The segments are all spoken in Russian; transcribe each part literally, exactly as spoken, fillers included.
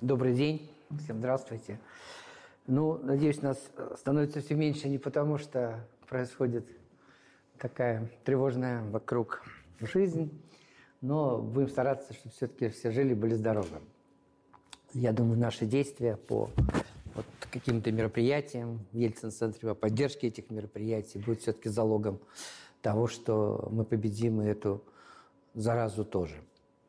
Добрый день, всем здравствуйте. Ну, надеюсь, нас становится все меньше не потому, что происходит такая тревожная вокруг жизнь, но будем стараться, чтобы все-таки все жили, были здоровы. Я думаю, наши действия по вот каким-то мероприятиям в Ельцин-центре, по поддержке этих мероприятий будет все-таки залогом того, что мы победим и эту заразу тоже.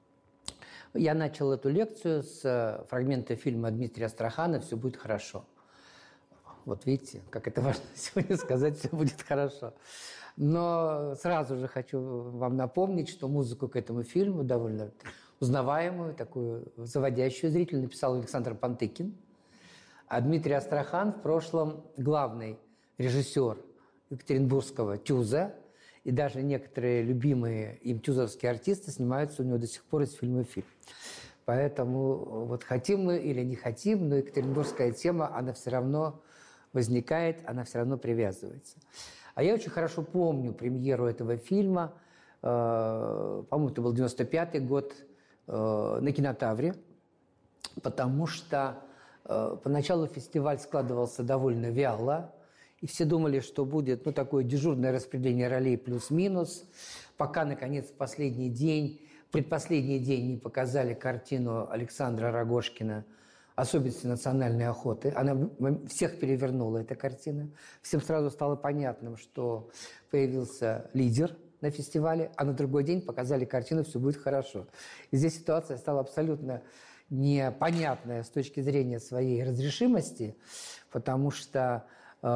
Я начал эту лекцию с фрагмента фильма Дмитрия Астрахана «Все будет хорошо». Вот видите, как это важно сегодня сказать, все будет хорошо. Но сразу же хочу вам напомнить, что музыку к этому фильму, довольно узнаваемую, такую заводящую зрителя, написал Александр Пантыкин. А Дмитрий Астрахан в прошлом главный режиссер екатеринбургского ТЮЗа, и даже некоторые любимые им тюзовские артисты снимаются у него до сих пор из фильма в фильм. Поэтому вот хотим мы или не хотим, но екатеринбургская тема, она все равно возникает, она все равно привязывается. А я очень хорошо помню премьеру этого фильма, э, по-моему, это был девяносто пятый год, э, на Кинотавре, потому что э, поначалу фестиваль складывался довольно вяло, и все думали, что будет ну, такое дежурное распределение ролей плюс-минус, пока, наконец, в последний день, предпоследний день не показали картину Александра Рогожкина «Особенности национальной охоты». Она всех перевернула, эта картина. Всем сразу стало понятным, что появился лидер на фестивале, а на другой день показали картину «Все будет хорошо». И здесь ситуация стала абсолютно непонятная с точки зрения своей разрешимости, потому что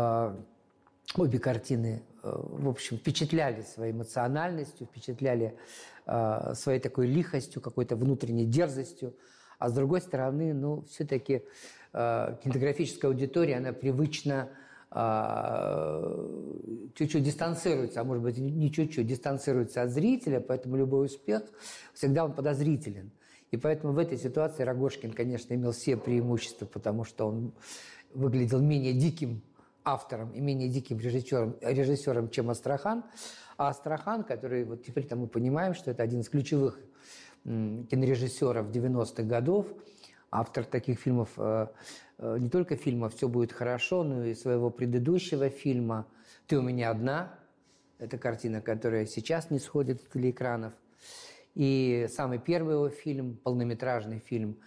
обе картины, в общем, впечатляли своей эмоциональностью, впечатляли своей такой лихостью, какой-то внутренней дерзостью. А с другой стороны, ну, все-таки кинематографическая аудитория, она привычно чуть-чуть дистанцируется, а может быть, не чуть-чуть, дистанцируется от зрителя, поэтому любой успех всегда он подозрителен. И поэтому в этой ситуации Рогожкин, конечно, имел все преимущества, потому что он выглядел менее диким автором и менее диким режиссером, режиссером, чем Астрахан. А Астрахан, который, вот теперь мы понимаем, что это один из ключевых кинорежиссеров девяностых годов, автор таких фильмов, не только фильма «Все будет хорошо», но и своего предыдущего фильма «Ты у меня одна». Это картина, которая сейчас не сходит с телеэкранов. И самый первый его фильм, полнометражный фильм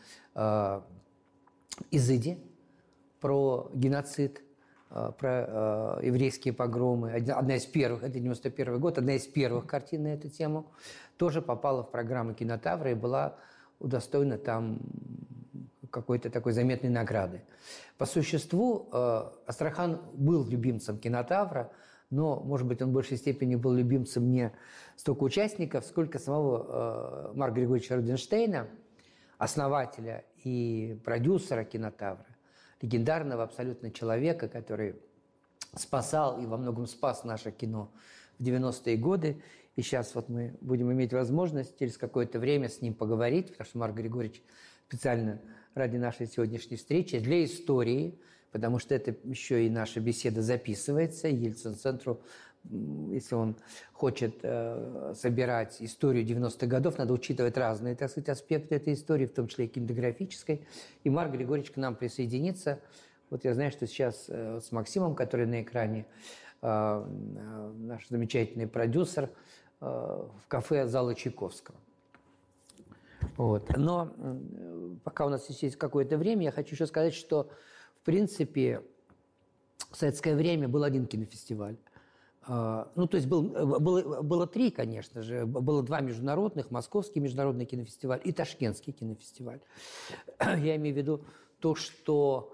«Изыди» про геноцид, про э, еврейские погромы. Одна из первых, это девяносто первый год, одна из первых картин на эту тему, тоже попала в программу Кинотавра и была удостоена там какой-то такой заметной награды. По существу э, Астрахан был любимцем Кинотавра, но, может быть, он в большей степени был любимцем не столько участников, сколько самого э, Марка Григорьевича Рубинштейна, основателя и продюсера Кинотавра, легендарного абсолютно человека, который спасал и во многом спас наше кино в девяностые годы. И сейчас вот мы будем иметь возможность через какое-то время с ним поговорить, потому что Марк Григорьевич специально ради нашей сегодняшней встречи, для истории, потому что это еще и наша беседа записывается, Ельцин-центру, если он хочет э, собирать историю девяностых годов, надо учитывать разные, так сказать, аспекты этой истории, в том числе и кинематографической. И Марк Григорьевич к нам присоединится. Вот я знаю, что сейчас э, с Максимом, который на экране, э, э, наш замечательный продюсер, э, в кафе зала Чайковского. Вот. Но э, пока у нас есть какое-то время, я хочу еще сказать, что, в принципе, в советское время был один кинофестиваль. Ну, то есть был, было, было три, конечно же. Было два международных, Московский международный кинофестиваль и Ташкентский кинофестиваль. Я имею в виду то, что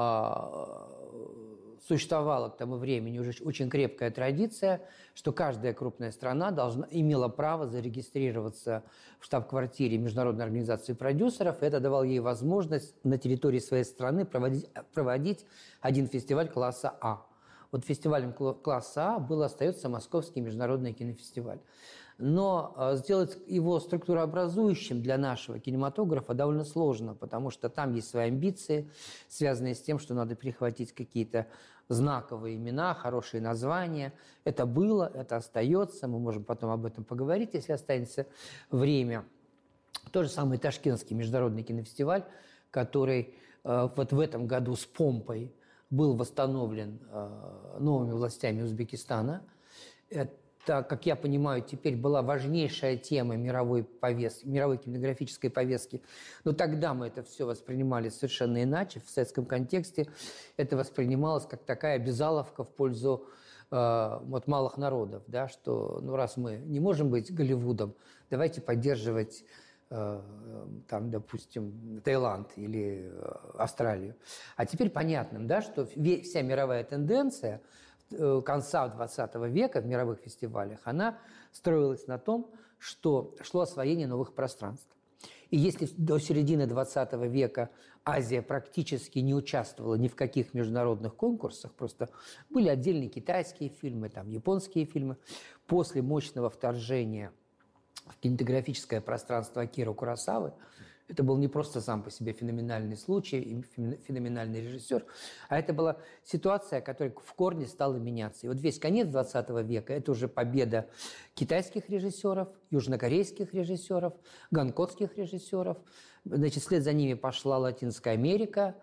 э, существовала к тому времени уже очень крепкая традиция, что каждая крупная страна должна, имела право зарегистрироваться в штаб-квартире Международной организации продюсеров. Это давало ей возможность на территории своей страны проводить, проводить один фестиваль класса А. Вот фестивалем класса А был, остается Московский международный кинофестиваль. Но э, сделать его структурообразующим для нашего кинематографа довольно сложно, потому что там есть свои амбиции, связанные с тем, что надо перехватить какие-то знаковые имена, хорошие названия. Это было, это остается, мы можем потом об этом поговорить, если останется время. То же самое Ташкентский международный кинофестиваль который э, вот в этом году с помпой был восстановлен э, новыми властями Узбекистана. Это, как я понимаю, теперь была важнейшая тема мировой повестки, мировой кинематографической повестки. Но тогда мы это все воспринимали совершенно иначе. В советском контексте это воспринималось как такая обязаловка в пользу э, вот, малых народов, да, что ну, раз мы не можем быть Голливудом, давайте поддерживать там, допустим, Таиланд или Австралию. А теперь понятно, да, что вся мировая тенденция конца двадцатого века в мировых фестивалях, она строилась на том, что шло освоение новых пространств. И если до середины двадцатого века Азия практически не участвовала ни в каких международных конкурсах, просто были отдельные китайские фильмы, там, японские фильмы, после мощного вторжения в кинематографическое пространство Акиры Куросавы. Это был не просто сам по себе феноменальный случай и феноменальный режиссер, а это была ситуация, которая в корне стала меняться. И вот весь конец двадцатого века – это уже победа китайских режиссеров, южнокорейских режиссеров, гонконгских режиссеров. Значит, вслед за ними пошла Латинская Америка,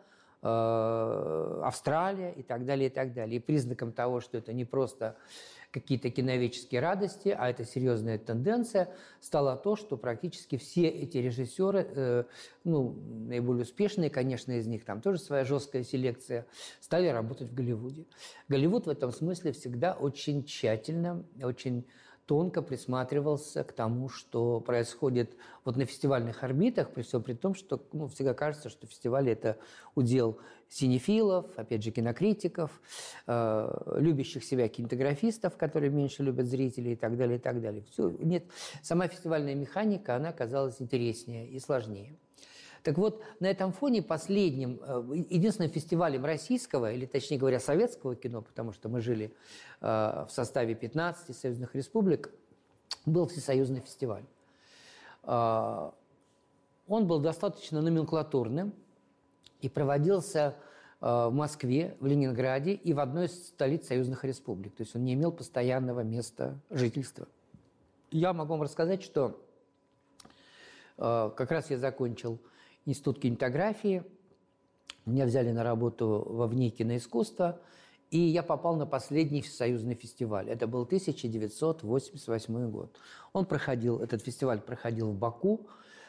Австралия и так далее, и так далее. И признаком того, что это не просто какие-то киновеческие радости, а это серьезная тенденция, стало то, что практически все эти режиссеры, э, ну, наиболее успешные, конечно, из них, там тоже своя жесткая селекция, стали работать в Голливуде. Голливуд в этом смысле всегда очень тщательно, очень тонко присматривался к тому, что происходит вот на фестивальных орбитах, при всем при том, что ну, всегда кажется, что фестивали – это удел синефилов, опять же, кинокритиков, э, любящих себя кинематографистов, которые меньше любят зрителей и так далее, и так далее. Все, нет, сама фестивальная механика, она оказалась интереснее и сложнее. Так вот, на этом фоне последним, единственным фестивалем российского, или точнее говоря, советского кино, потому что мы жили в составе пятнадцати союзных республик, был Всесоюзный фестиваль. Он был достаточно номенклатурным и проводился в Москве, в Ленинграде и в одной из столиц союзных республик. То есть он не имел постоянного места жительства. Я могу вам рассказать, что как раз я закончил Институт кинематографии, меня взяли на работу во ВНИИ киноискусства, и я попал на последний всесоюзный фестиваль. Это был тысяча девятьсот восемьдесят восьмой год. Он проходил, этот фестиваль проходил в Баку.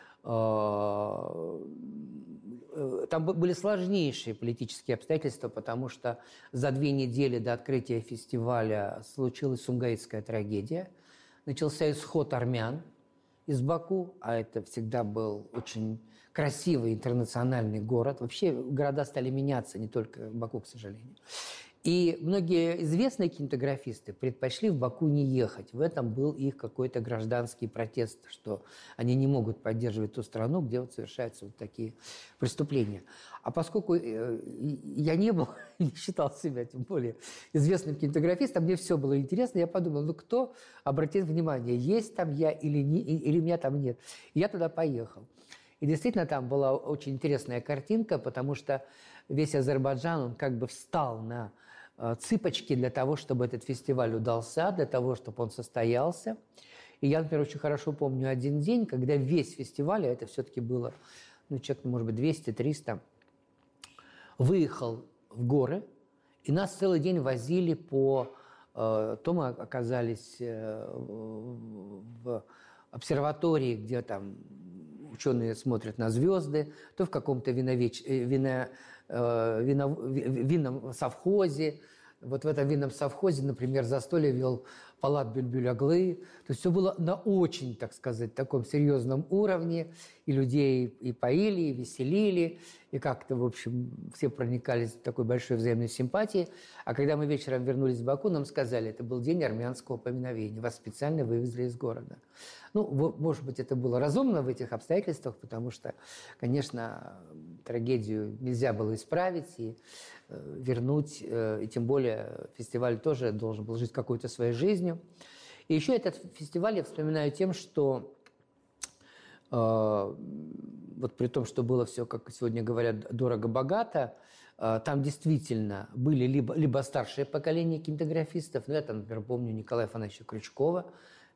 Там были сложнейшие политические обстоятельства, потому что за две недели до открытия фестиваля случилась Сумгаитская трагедия. Начался исход армян из Баку, а это всегда был очень красивый интернациональный город. Вообще города стали меняться, не только в Баку, к сожалению. И многие известные кинематографисты предпочли в Баку не ехать. В этом был их какой-то гражданский протест, что они не могут поддерживать ту страну, где вот совершаются вот такие преступления. А поскольку я не был, не считал себя тем более известным кинематографистом, мне все было интересно, я подумал, ну кто обратит внимание, есть там я или, не, или меня там нет. И я туда поехал. И действительно там была очень интересная картинка, потому что весь Азербайджан, он как бы встал на цыпочки для того, чтобы этот фестиваль удался, для того, чтобы он состоялся. И я, например, очень хорошо помню один день, когда весь фестиваль, а это все-таки было, ну, человек, может быть, двести-триста, выехал в горы, и нас целый день возили по... То мы оказались в обсерватории, где там ученые смотрят на звезды, то в каком-то виновеч... вино... вино... винном совхозе. Вот в этом винном совхозе, например, застолье вел Палат Бюльбюль-Аглы. То есть все было на очень, так сказать, таком серьезном уровне. И людей и поили, и веселили, и как-то, в общем, все проникались в такой большой взаимной симпатии. А когда мы вечером вернулись в Баку, нам сказали, это был день армянского поминовения. Вас специально вывезли из города. Ну, может быть, это было разумно в этих обстоятельствах, потому что, конечно, трагедию нельзя было исправить и э, вернуть, э, и тем более фестиваль тоже должен был жить какой-то своей жизнью. И еще этот фестиваль я вспоминаю тем, что э, вот при том, что было все, как сегодня говорят, дорого-богато, э, там действительно были либо, либо старшее поколение кинематографистов, ну, я там, например, помню Николая Афанасьевича Крючкова,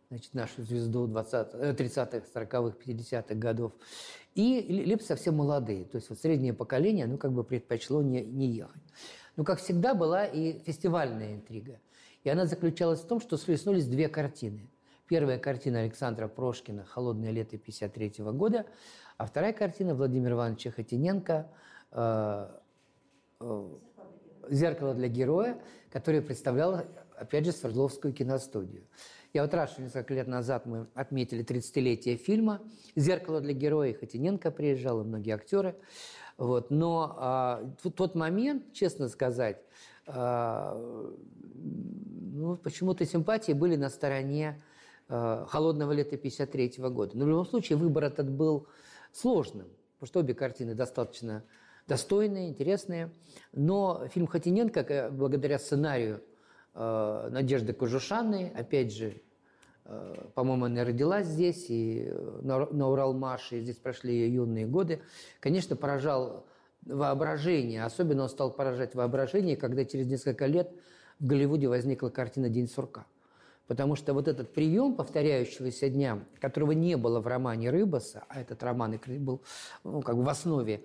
значит, нашу звезду двадцатых, тридцатых, сороковых, пятидесятых годов. И либо совсем молодые. То есть вот среднее поколение, оно как бы предпочло не, не ехать. Но, как всегда, была и фестивальная интрига. И она заключалась в том, что схлестнулись две картины. Первая картина Александра Прошкина «Холодное лето» пятьдесят третьего года, а вторая картина Владимира Ивановича Хотиненко э, э, «Зеркало для героя», которое представляло, опять же, Свердловскую киностудию. Я вот рад, что несколько лет назад мы отметили тридцатилетие фильма «Зеркало для героя», и Хотиненко приезжал, и многие актеры. Вот. Но а, тот момент, честно сказать, а, ну, почему-то симпатии были на стороне а, «Холодного лета» пятьдесят третьего года. Но в любом случае выбор этот был сложным, потому что обе картины достаточно достойные, интересные. Но фильм Хотиненко, благодаря сценарию э, Надежды Кожушанной, опять же, э, по-моему, она родилась здесь, и на, на Уралмаше, и здесь прошли ее юные годы, конечно, поражал воображение. Особенно он стал поражать воображение, когда через несколько лет в Голливуде возникла картина «День сурка». Потому что вот этот прием повторяющегося дня, которого не было в романе Рыбаса, а этот роман был, ну, как бы в основе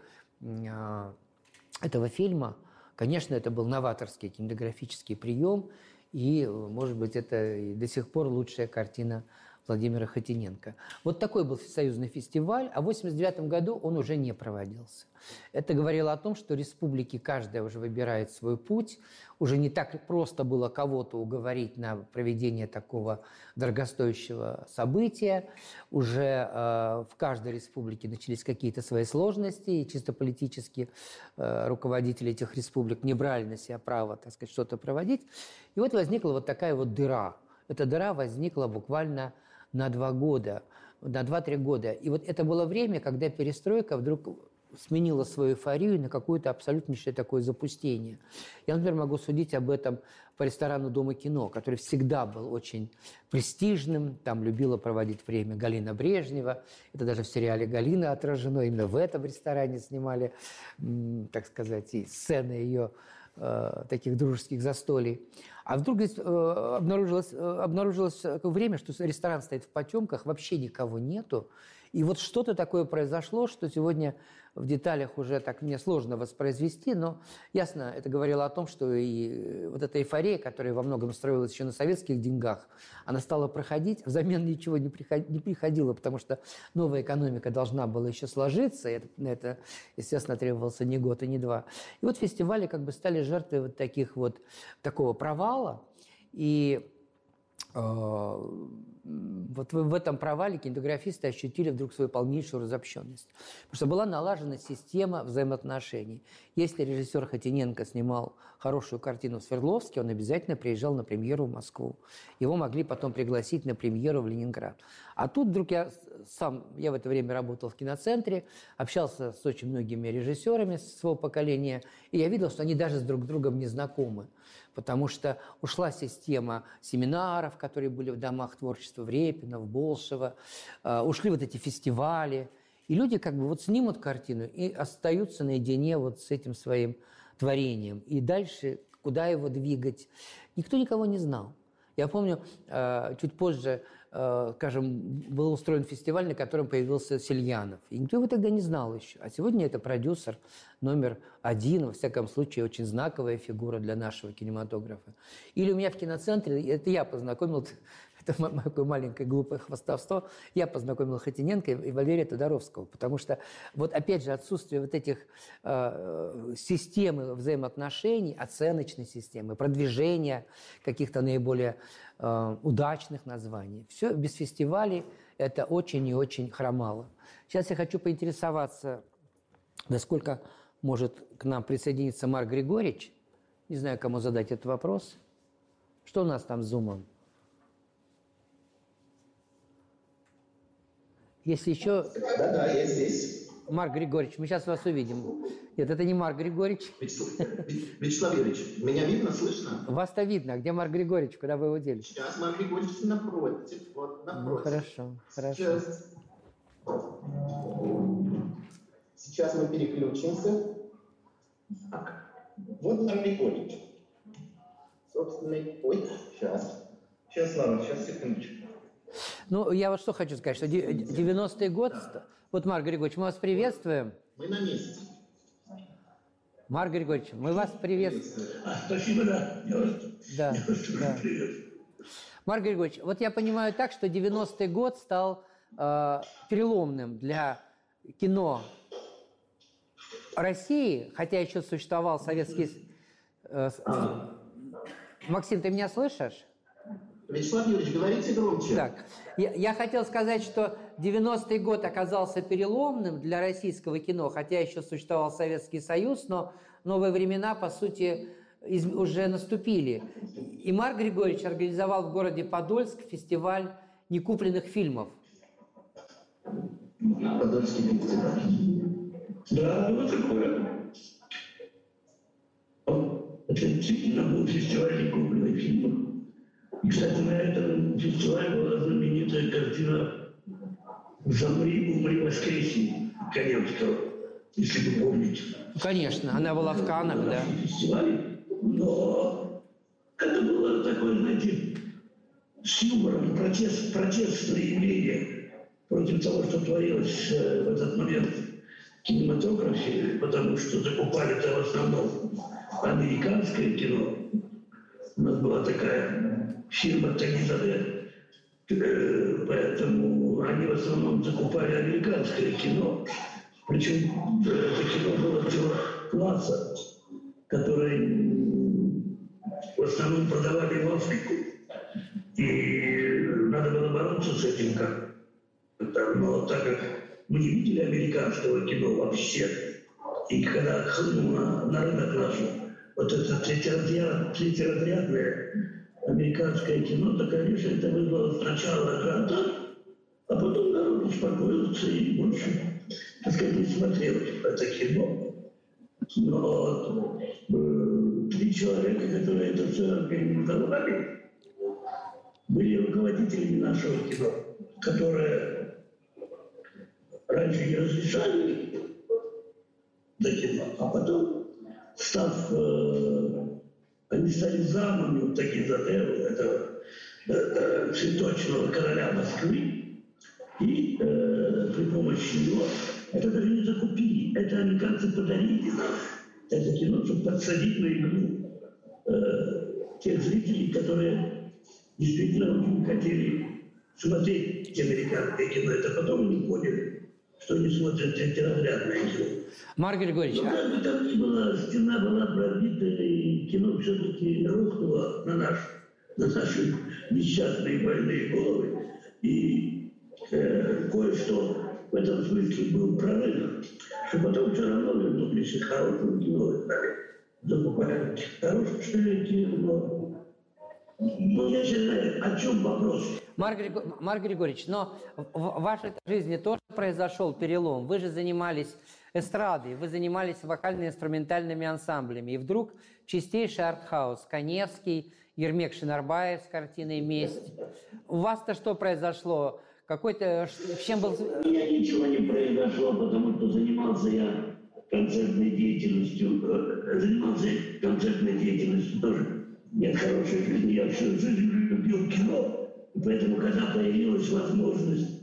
этого фильма, конечно, это был новаторский кинематографический прием, и, может быть, это и до сих пор лучшая картина Владимира Хотиненко. Вот такой был союзный фестиваль, а в восемьдесят девятом году он уже не проводился. Это говорило о том, что республики каждая уже выбирает свой путь, уже не так просто было кого-то уговорить на проведение такого дорогостоящего события, уже э, в каждой республике начались какие-то свои сложности, и чисто политически э, руководители этих республик не брали на себя право, так сказать, что-то проводить. И вот возникла вот такая вот дыра. Эта дыра возникла буквально на два года, на два-три года. И вот это было время, когда перестройка вдруг сменила свою эйфорию на какое-то абсолютнейшее такое запустение. Я, например, могу судить об этом по ресторану Дома кино, который всегда был очень престижным, там любила проводить время Галина Брежнева. Это даже в сериале «Галина» отражено, именно в этом ресторане снимали, так сказать, и сцены ее э, таких дружеских застолий. А вдруг здесь э, обнаружилось, э, обнаружилось время, что ресторан стоит в потемках, вообще никого нету. И вот что-то такое произошло, что сегодня в деталях уже так мне сложно воспроизвести, но ясно, это говорило о том, что и вот эта эйфория, которая во многом строилась еще на советских деньгах, она стала проходить, взамен ничего не приходило, потому что новая экономика должна была еще сложиться, и это, это, естественно, требовался не год и не два. И вот фестивали как бы стали жертвой вот таких вот, такого провала, и вот в этом провале кинематографисты ощутили вдруг свою полнейшую разобщенность. Потому что была налажена система взаимоотношений. Если режиссер Хотиненко снимал хорошую картину в Свердловске, он обязательно приезжал на премьеру в Москву. Его могли потом пригласить на премьеру в Ленинград. А тут вдруг я сам, я в это время работал в киноцентре, общался с очень многими режиссерами своего поколения, и я видел, что они даже с друг другом не знакомы. Потому что ушла система семинаров, которые были в домах творчества в Репино, в Болшево, э, ушли вот эти фестивали. И люди как бы вот снимут картину и остаются наедине вот с этим своим творением. И дальше, куда его двигать, никто никого не знал. Я помню, э, чуть позже, э, скажем, был устроен фестиваль, на котором появился Сельянов. И никто его тогда не знал еще. А сегодня это продюсер номер один, во всяком случае, очень знаковая фигура для нашего кинематографа. Или у меня в киноцентре, это я познакомил, это такое маленькое глупое хвастовство, я познакомил Хотиненко и Валерия Тодоровского, потому что вот опять же отсутствие вот этих э, системы взаимоотношений, оценочной системы, продвижения каких-то наиболее э, удачных названий, все без фестивалей это очень и очень хромало. Сейчас я хочу поинтересоваться, насколько может к нам присоединиться Марк Григорьевич. Не знаю, кому задать этот вопрос. Что у нас там с зумом? Если еще... Да-да, я здесь. Марк Григорьевич, мы сейчас вас увидим. Нет, это не Марк Григорьевич. Вячеслав, Вячеслав Юрьевич, меня видно, слышно? Вас-то видно. А где Марк Григорьевич? Куда вы его дели? Сейчас Марк Григорьевич напротив. Вот, напротив. Ну, хорошо, хорошо. Сейчас... Сейчас мы переключимся. Так. Вот Марк Григорьевич. Собственно, ой, сейчас. Сейчас, ладно, сейчас, секундочку. Ну, я вот что хочу сказать, что девяностый год... Вот, Марк Григорьевич, мы вас приветствуем. Мы на месте. Марк Григорьевич, мы вас приветствуем. А, спасибо, да. Я вас, Да, я вас тоже да. приветствую. Марк Григорьевич, вот я понимаю так, что девяностый год стал э, переломным для кино России, хотя еще существовал советский... Э, Максим, ты меня слышишь? Вячеслав Юрьевич, говорите громче. Так, я, я хотел сказать, что девяностый год оказался переломным для российского кино, хотя еще существовал Советский Союз, но новые времена, по сути, из, уже наступили. И Марк Григорьевич организовал в городе Подольск фестиваль некупленных фильмов. Подольский фестиваль. Да, вот такое. Это действительно был фестиваль некупленных фильмов. И, кстати, на этом фестивале была знаменитая картина «Замри, умри, воскресни» Коневского, если вы помните. Конечно, она была в Каннах, да. Фестивале, но это было такое, знаете, с юмором, протест, протестное явление против того, что творилось в этот момент в кинематографе, потому что закупали-то в основном американское кино. У нас была такая фирма «Танизаде», поэтому они в основном закупали американское кино. Причем это кино было целого класса, которое в основном продавали в Африку. И надо было бороться с этим как. Но так как мы не видели американского кино вообще, и когда хлынул на, на рынок наш вот это третьеразряд, третьеразрядное американское кино, то, конечно, это вызвало сначала ажиотаж, а потом народ успокоился и больше, так сказать, не смотрел это кино. Но э, три человека, которые это все организовали, были руководителями нашего кино, которые раньше не разрешали до кино, а потом, став, э, они стали замами вот таких Задеру, этого э, цветочного короля Москвы, и э, при помощи него, это даже не закупили, это американцы подарили нам это кино, чтобы подсадить на иглу э, тех зрителей, которые действительно очень хотели смотреть американское кино. Это потом они поняли, что они смотрят третьеразрядное кино. Марк Григорьевич, Но как бы там ни было, стена была пробита, и кино все-таки рухнуло на, наш, на наши несчастные больные головы. И э, кое-что в этом смысле был прорыв, что потом все равно вернулись и хорошим кино стали закупать. Хорошее кино. Ну, я считаю, о чем вопрос? Марк, Григор... Марк Григорьевич, но в вашей жизни тоже произошел перелом. Вы же занимались эстрадой, вы занимались вокально-инструментальными ансамблями. И вдруг чистейший артхаус, Каневский, Ермек Шинарбаев с картиной «Месть». У вас-то что произошло? Какой-то... В чем был... У меня ничего не произошло, потому что занимался я концертной деятельностью. Занимался концертной деятельностью тоже. Нет хорошей жизни, я всю жизнь любил кино. И поэтому, когда появилась возможность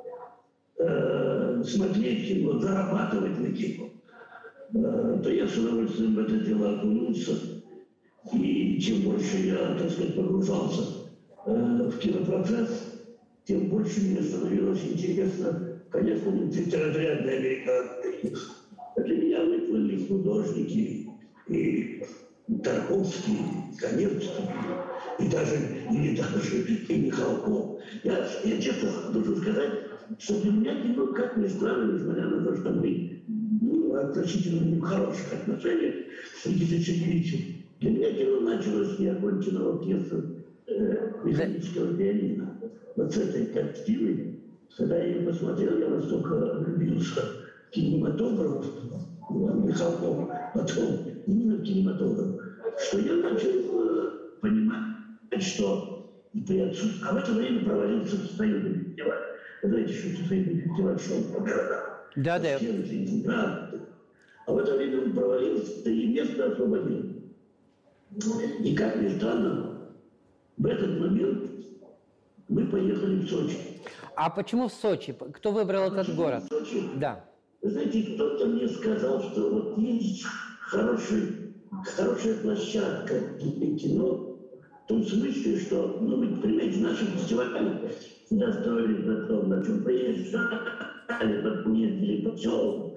э, смотреть кино, зарабатывать на кино, э, то я с удовольствием в это дело окунулся. И чем больше я, так сказать, погружался э, в кинопроцесс, тем больше мне становилось интересно, конечно, не третьеразрядное американское кино. Это меня вызвали художники и Тарковский, Коневский, и даже, и не даже, и Михалков. Я, я честно должен сказать, что для меня кино, как ни странно, несмотря на то, что мы ну, относительно в хороших отношениях с Никитой Сергеевичем, для меня кино началось с неоконченного пьесы э, механического пианино. Вот с этой картины, когда я ее посмотрел, я настолько влюбился в кинематограф, Михалков, потом именно в кинематограф, что я начал э, понимать, что при отсутствии... А в это время провалился союзный фестиваль. Вы знаете, что союзный фестиваль шел по городам. Да, да. Да. А в это время он провалился, и место освободил. И как ни странно, в этот момент мы поехали в Сочи. А почему в Сочи? Кто выбрал этот Почему город? в Сочи? Да. Вы знаете, кто-то мне сказал, что вот есть хороший, хорошая площадка для кино, в том смысле, что, ну, вы понимаете, наши фестивали всегда строились на том, на чем приезжали, потом ездили по селам,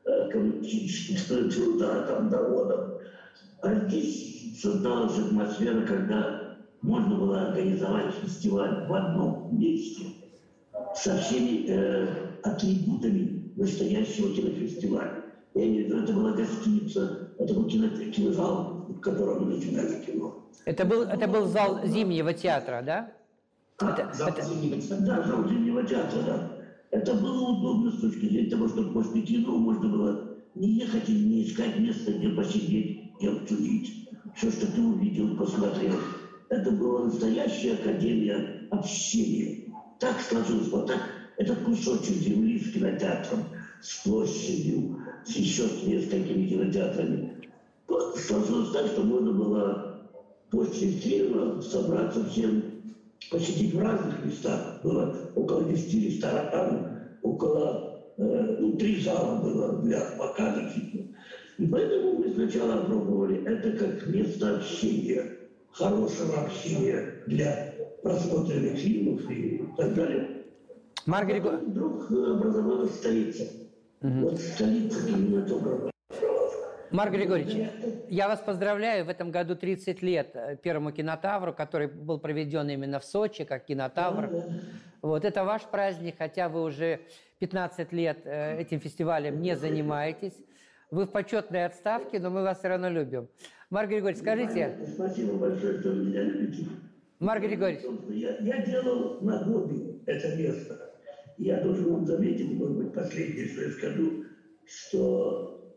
коммунистических труда, там, доводов. А здесь создалась атмосфера, когда можно было организовать фестиваль в одном месте со всеми э, атрибутами настоящего кинофестиваля. Я имею в виду, это была гостиница, это был кино, кинозал, в котором мы начинали кино. Это был, это был зал Зимнего театра, да? А, это, Зал это... Зимнего театра. Да, зал Зимнего театра, да. Это было удобно с точки зрения того, что после кино можно было не ехать и не искать место, где посидеть и обсудить все, что ты увидел, посмотрел. Это была настоящая академия общения. Так сложилось, вот так. Этот кусочек земли с кинотеатром, с площадью, с еще с несколькими кинотеатрами. Сложилось так, что можно было после фильма собраться всем, посетить в разных местах. Было около десяти ресторанов, около, э, ну, три зала было для показа фильма. И поэтому мы сначала пробовали это как место общения, хорошего общения для просмотренных фильмов и так далее. Марк А Григорьевич. вдруг образовалась столица. Угу. Вот столица кинематографа. Марк Григорьевич, я вас поздравляю. В этом году тридцать лет Первому кинотавру, который был проведен именно в Сочи, как кинотавр. Да, да. Вот, это ваш праздник, хотя вы уже пятнадцать лет этим фестивалем не занимаетесь. Вы в почетной отставке, но мы вас все равно любим. Марк Григорьевич, скажите... Спасибо большое, что вы меня любите. Марк Григорьевич. Я, я делал на хобби это место. Я должен вам заметить, может быть, последнее, что я скажу, что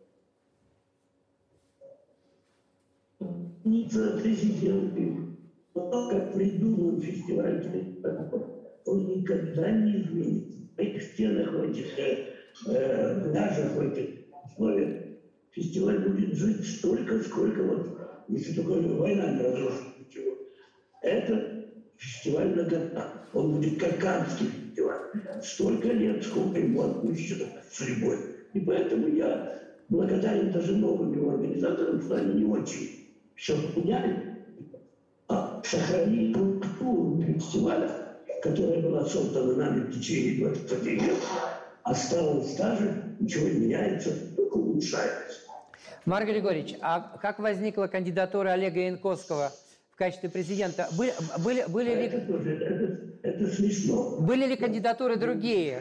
президент, как придуман фестиваль, он никогда не изменится. В этих стенах, в этих э, пляжах, в этих условиях фестиваль будет жить столько, сколько вот, если только война не разрушит ничего. Это фестиваль многотонный. Он будет как Каннский фестиваль. Столько лет, сколько ему отпущено судьбой. И поэтому я благодарен даже новым его организаторам, что они не очень все поняли, а сохранили культуру фестиваля, которая была создана нами в течение двадцати лет, осталась та же, ничего не меняется, только улучшается. Марк Григорьевич, а как возникла кандидатура Олега Янковского в качестве президента? Были, были, были а ли... это, тоже, это, это смешно. Были ли кандидатуры другие?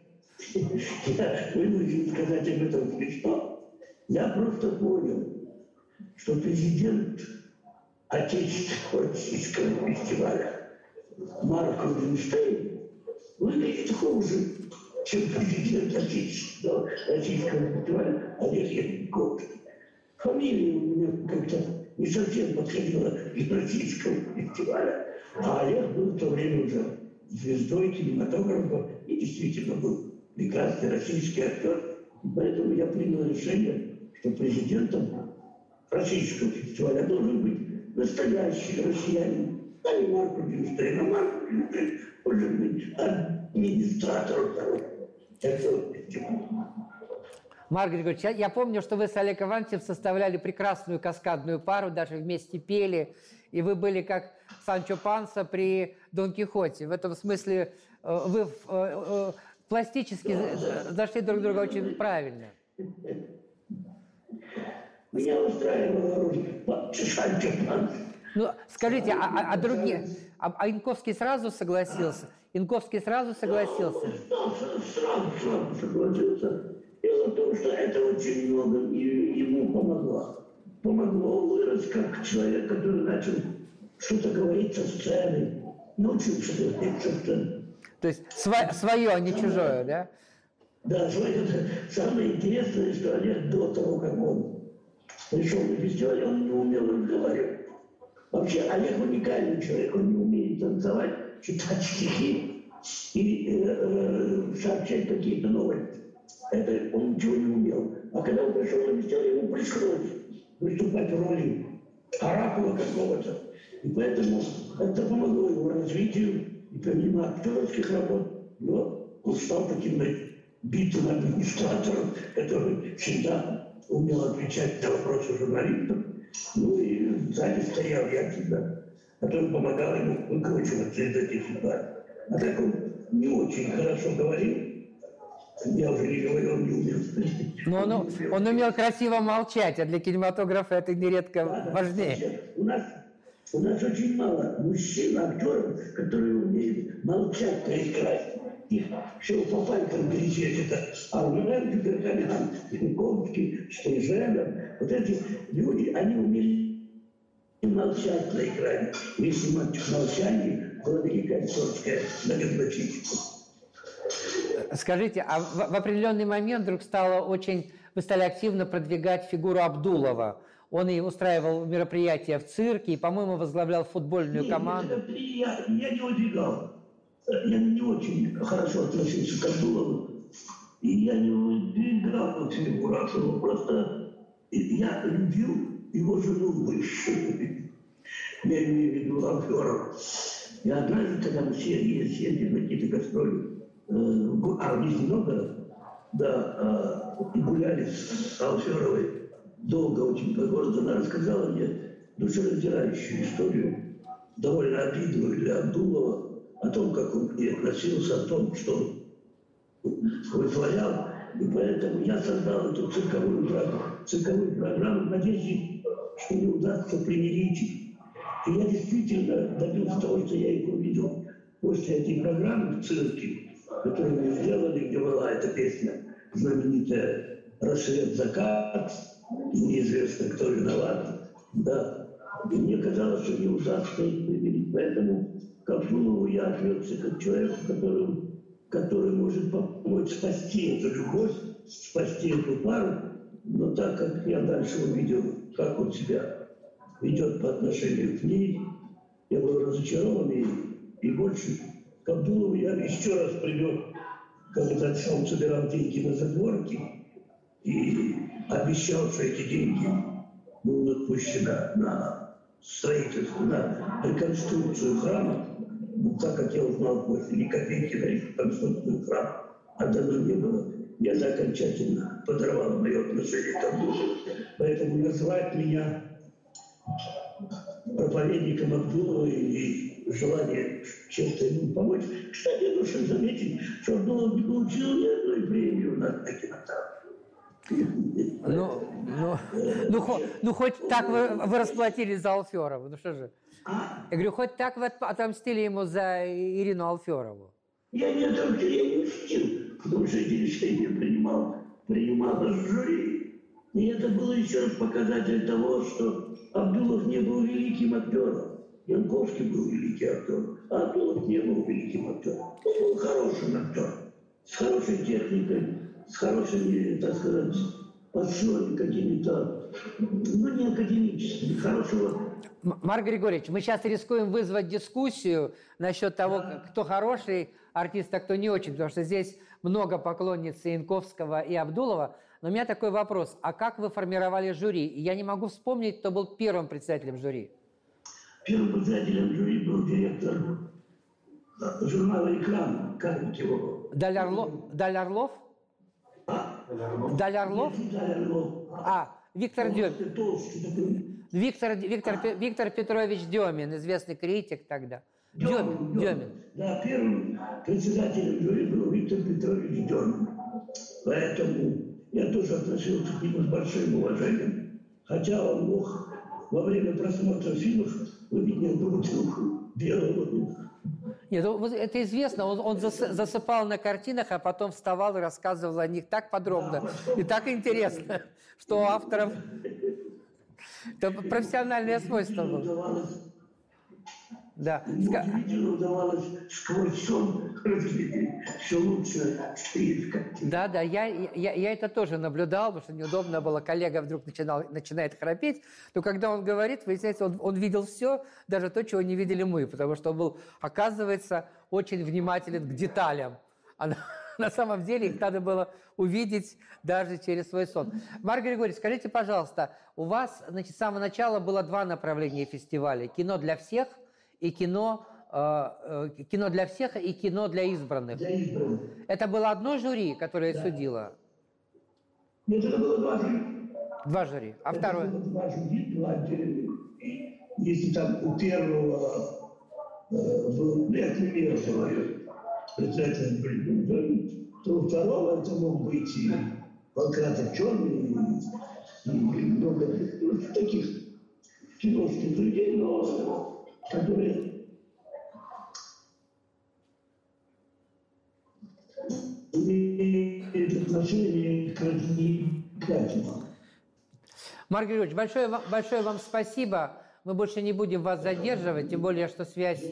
Я вынужден сказать об этом смешно. Я просто понял, что президент отечественного российского фестиваля Марк Рубинштейн выглядит хуже, чем президент отечественного российского фестиваля Олег Янковский. Фамилия у меня как-то не совсем подходила к российскому фестивалю, а Олег был в то время уже звездой кинематографа и действительно был прекрасный российский актер. И поэтому я принял решение, что президентом российского фестиваля должен быть настоящий россиянин, а не Марк Рубинштейн. А Марк Рубинштейн может быть администратором этого фестиваля. Марк Григорьевич, я, я помню, что вы с Олегом Ивановичем составляли прекрасную каскадную пару, даже вместе пели, и вы были как Санчо Панса при Дон Кихоте. В этом смысле э, вы э, э, пластически зашли друг друга очень правильно. Меня устраивала роль Санчо Панса. Ну, скажите, а, а, а другие... А, а Янковский сразу согласился? Янковский сразу согласился? Да, сразу, сразу согласился. Дело в том, что это очень много ему помогло. Помогло вырасти как человек, который начал что-то говорить со сцены, научился говорить со сцены. То есть сво- свое, а не чужое, да? Да, свое. Самое интересное, что Олег до того, как он пришел на фестиваль, он не умел разговаривать. Вообще Олег уникальный человек, он не умеет танцевать, читать стихи и э, э, сообщать какие-то новости. Это он ничего не умел. А когда он пришел на фестиваль, ему пришлось выступать в роли оракула какого-то. И поэтому это помогло его развитию. и помимо актерских работ, но он стал таким битым администратором, который всегда умел отвечать на вопросы журналистов. Ну и сзади стоял я всегда, который помогал ему выкручиваться из этих ситуаций. А так он не очень хорошо говорил. Я уже не говорю, он не умел. Но он, он умел красиво молчать, а для кинематографа это нередко да, важнее. Да, у, нас, у нас очень мало мужчин, актеров, которые умеют молчать на экране. Их все по пальцам перечесть. Это Арменен, Беркамян, Янковский, Штейженов. Вот эти люди, они умели молчать на экране. Если молчание было великая актерская многозначительность. Скажите, а в, в определенный момент вдруг стало очень... Вы стали активно продвигать фигуру Абдулова. Он и устраивал мероприятия в цирке, и, по-моему, возглавлял футбольную Нет, команду. Нет, я, я не выдвигал. Я не очень хорошо относился к Абдулову. И я не выдвигал эту фигуру Абдулова. Просто я любил его жену бывшую. Я имею в виду Алферова. И однажды, когда мы все ездили на какие-то гастроли, а в Нижний Новгород, да, и гуляли с Алферовой долго очень по городу, она рассказала мне душераздирающую историю, довольно обидную для Абдулова, о том, как он к ней относился, о том, что он вытворял. И поэтому я создал эту цирковую программу, цирковую программу в надежде, что не удастся примирить их. И я действительно добился того, что я их увидел после этой программы в цирке, которую мы сделали, где была эта песня знаменитая «Рассвет, закат», неизвестно, кто виноват. Да. И мне казалось, что не удастся их примирить. Поэтому к Абдулову я отнесся как человеку, который, который может помочь спасти эту любовь, спасти эту пару. Но так как я дальше увидел, как он себя ведет по отношению к ней, я был разочарован и, и больше к Абдулову я еще раз привел, когда он собирал деньги на задворки и обещал, что эти деньги будут отпущены на строительство, на реконструкцию храма. Ну, так как я узнал после, ни копейки на реконструкцию храма отдано не было. И это окончательно подорвало мое отношение к Абдулову. Поэтому называть меня проповедником Абдулова и желание чем-то ему помочь. Кстати, я должен заметить, что Абдулов не получил ни одной премии у нас на кинотеатре. Ну, ну, ну, ну, хоть так вы, вы расплатились за Алферова. Ну что же? А? Я говорю, хоть так вы отомстили ему за Ирину Алферову. Я не отомстил, я не мстил, потому что эти решения принимал, принимал жюри. И это было еще раз показатель того, что Абдулов не был великим актером. Янковский был великий актер, а Абдулов не был великим актером. Он был хорошим актером, с хорошей техникой, с хорошими, так сказать, подшивами какими-то, ну, не академическими, хорошего. Марк Григорьевич, мы сейчас рискуем вызвать дискуссию насчет того, да. кто хороший артист, а кто не очень, потому что здесь много поклонниц Янковского и Абдулова. Но у меня такой вопрос. А как вы формировали жюри? Я не могу вспомнить, кто был первым председателем жюри. Первым председателем жюри был директор журнала «Экран». Как его? Даль, Орло... Даль Орлов? А? Даль Орлов? Нет, Даль Орлов. А, Виктор Демин. Виктор, Виктор, а. Виктор Петрович Демин, известный критик тогда. Демин, Демин. Демин. Да, первым председателем жюри был Виктор Петрович Демин. Поэтому я тоже относился к нему с большим уважением. Хотя он мог во время просмотра фильмов выпить мне бутылку белого вина. Нет, это известно. Он, он засыпал на картинах, а потом вставал и рассказывал о них так подробно да, и так интересно, что у авторов это профессиональное свойство было. Да. Удивительно удавалось сквозь сон разглядеть все лучше стоит картина. Да, да, я, я, я это тоже наблюдал, потому что неудобно было, коллега вдруг начинал, начинает храпеть, то когда он говорит, выясняется, он, он видел все, даже то, чего не видели мы, потому что он был, оказывается, очень внимателен к деталям. А на, на самом деле их надо было увидеть даже через свой сон. Марк Григорьевич, скажите, пожалуйста, у вас, значит, с самого начала было два направления фестиваля. Кино для всех и кино э, э, кино для всех и кино для избранных. Для избранных. Это было одно жюри, которое Да. судило? Нет, это было два жюри. Два жюри. А это второе? Было два жюри, два отдельных. Если там у первого э, был, ну, я к примеру говорю, председатель жюри, то у второго это мог быть и Панкратов Черный, и, и много ну, таких киношных людей, но которые имеют отношение к радикальному. Марк Григорьевич, большое, вам- большое вам спасибо. Мы больше не будем вас задерживать, тем более, что связь...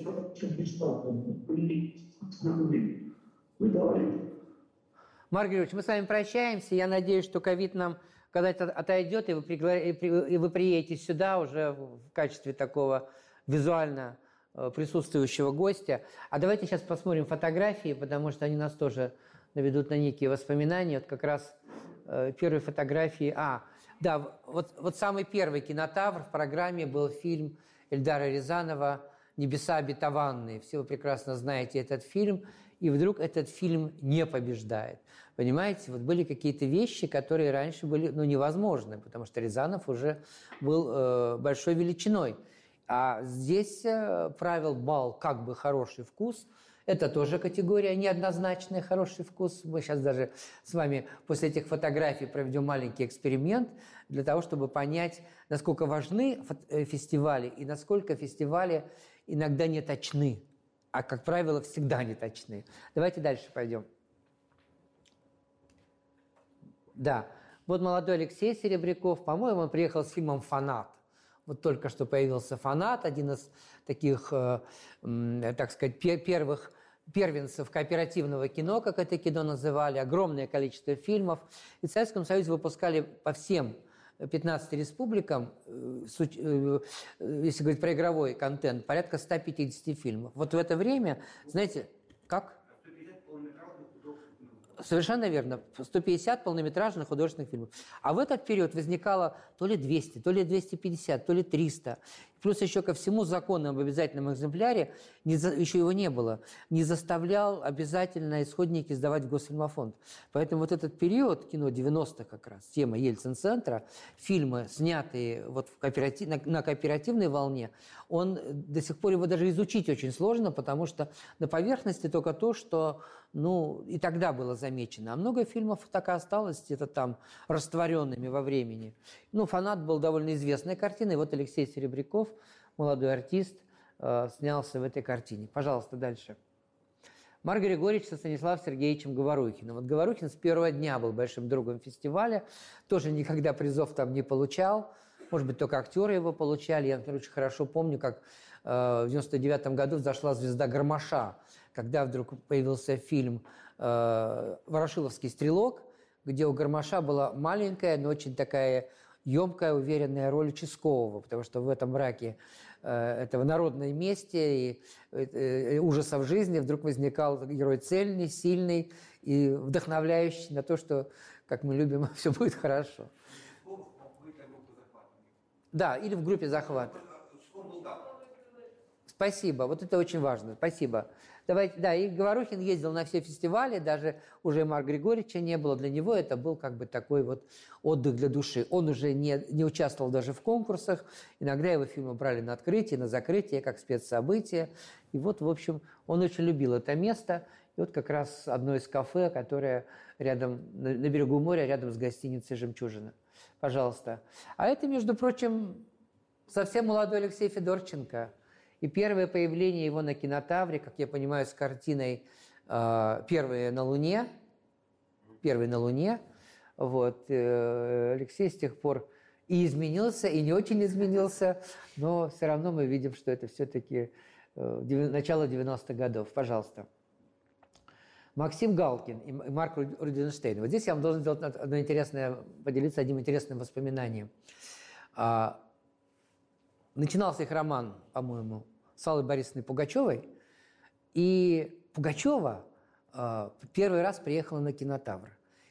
Вы давали. Марк Григорьевич, мы с вами прощаемся. Я надеюсь, что ковид нам когда-то отойдет, и вы, пригла... и при- и вы приедете сюда уже в качестве такого визуально э, присутствующего гостя. А давайте сейчас посмотрим фотографии, потому что они нас тоже наведут на некие воспоминания. Вот как раз э, первые фотографии... А, да, вот, вот самый первый кинотавр в программе был фильм Эльдара Рязанова «Небеса обетованные». Все вы прекрасно знаете этот фильм. И вдруг этот фильм не побеждает. Понимаете, вот были какие-то вещи, которые раньше были ну, невозможны, потому что Рязанов уже был э, большой величиной. А здесь э, правил бал как бы хороший вкус. Это тоже категория неоднозначная, хороший вкус. Мы сейчас даже с вами после этих фотографий проведем маленький эксперимент для того, чтобы понять, насколько важны фестивали и насколько фестивали иногда не точны. А, как правило, всегда не точны. Давайте дальше пойдем. Да, вот молодой Алексей Серебряков, по-моему, он приехал с фильмом «Фанат». Вот только что появился «Фанат», один из таких, э, э, так сказать, пер первых первенцев кооперативного кино, как это кино называли, огромное количество фильмов. И в Советском Союзе выпускали по всем пятнадцати республикам, если говорить про игровой контент, порядка ста пятидесяти фильмов. Вот в это время, знаете, как? Совершенно верно. сто пятьдесят полнометражных художественных фильмов. А в этот период возникало то ли двести, то ли двести пятьдесят, то ли триста. Плюс еще ко всему закон об обязательном экземпляре, не за, еще его не было, не заставлял обязательно исходники сдавать в Госфильмофонд. Поэтому вот этот период, кино девяностых как раз, тема Ельцин-центра, фильмы, снятые вот в кооператив, на, на кооперативной волне, он до сих пор его даже изучить очень сложно, потому что на поверхности только то, что ну, и тогда было замечено. А много фильмов так и осталось где-то там растворенными во времени. Ну, «Фанат» был довольно известной картиной. Вот Алексей Серебряков, молодой артист, э, снялся в этой картине. Пожалуйста, дальше. Марк Григорьевич со Станиславом Сергеевичем Говорухиным. Вот Говорухин с первого дня был большим другом фестиваля. Тоже никогда призов там не получал. Может быть, только актеры его получали. Я, например, очень хорошо помню, как э, в девяносто девятом году взошла звезда Гармаша, когда вдруг появился фильм э, «Ворошиловский стрелок», где у Гармаша была маленькая, но очень такая емкая, уверенная роль участкового, потому что в этом мраке э, этого народной мести и э, ужасов жизни вдруг возникал герой цельный, сильный и вдохновляющий на то, что, как мы любим, все будет хорошо. Да, или в группе захвата. Спасибо, вот это очень важно, спасибо. Давайте, да, и Говорухин ездил на все фестивали, даже уже Марка Григорьевича не было. Для него это был как бы такой вот отдых для души. Он уже не, не участвовал даже в конкурсах. Иногда его фильмы брали на открытие, на закрытие, как спецсобытие. И вот, в общем, он очень любил это место. И вот как раз одно из кафе, которое рядом, на, на берегу моря, рядом с гостиницей «Жемчужина». Пожалуйста. А это, между прочим, совсем молодой Алексей Федорченко. И первое появление его на кинотавре, как я понимаю, с картиной э, «Первые на Луне». «Первый на Луне». Вот. Э, Алексей с тех пор и изменился, и не очень изменился, но все равно мы видим, что это все-таки э, начало девяностых годов. Пожалуйста. Максим Галкин и Марк Рудинштейн. Вот здесь я вам должен сделать одно интересное, поделиться одним интересным воспоминанием. А, начинался их роман, по-моему, с Аллой Борисовной Пугачевой. И Пугачева э, первый раз приехала на кинотавр.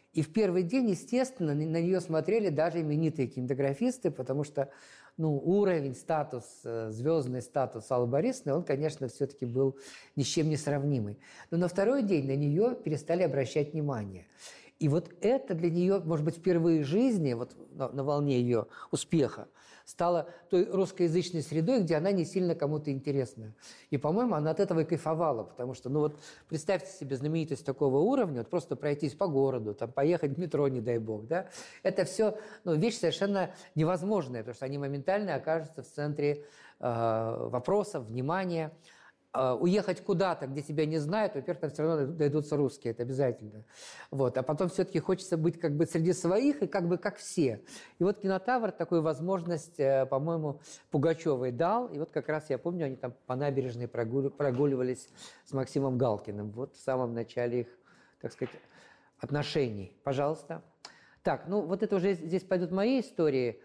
И в первый день, естественно, на нее смотрели даже именитые кинематографисты, потому что ну, уровень, статус, звездный статус Аллы Борисовны, он, конечно, все-таки был ни с чем не сравнимый. Но на второй день на нее перестали обращать внимание. И вот это для нее, может быть, впервые в жизни, вот на, на волне ее успеха, стало той русскоязычной средой, где она не сильно кому-то интересна. И, по-моему, она от этого и кайфовала, потому что, ну вот, представьте себе знаменитость такого уровня, вот просто пройтись по городу, там, поехать в метро, не дай бог, да, это все, ну, вещь совершенно невозможная, потому что они моментально окажутся в центре э, вопросов, внимания. Уехать куда-то, где тебя не знают, во-первых, там все равно дойдутся русские, это обязательно. Вот. А потом все-таки хочется быть как бы среди своих и как бы как все. И вот кинотавр такую возможность, по-моему, Пугачевой дал. И вот как раз я помню, они там по набережной прогуливались с Максимом Галкиным. Вот в самом начале их, так сказать, отношений. Пожалуйста. Так, ну вот это уже здесь пойдут мои истории.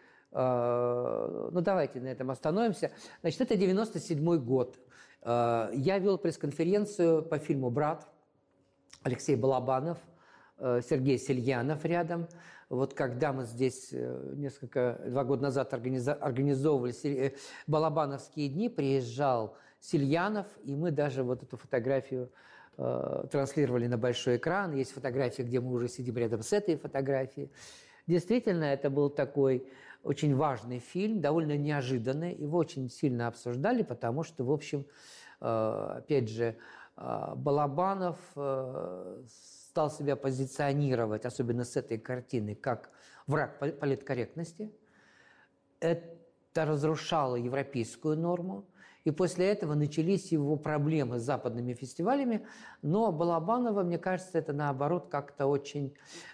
Ну давайте на этом остановимся. Значит, это девяносто седьмой год. Я вел пресс-конференцию по фильму «Брат», Алексей Балабанов, Сергей Сельянов рядом. Вот когда мы здесь несколько, два года назад организовывали Балабановские дни, приезжал Сельянов, и мы даже вот эту фотографию транслировали на большой экран. Есть фотография, где мы уже сидим рядом с этой фотографией. Действительно, это был такой очень важный фильм, довольно неожиданный. Его очень сильно обсуждали, потому что, в общем, опять же, Балабанов стал себя позиционировать, особенно с этой картины, как враг политкорректности. Это разрушало европейскую норму. И после этого начались его проблемы с западными фестивалями. Но Балабанова, мне кажется, это наоборот как-то очень...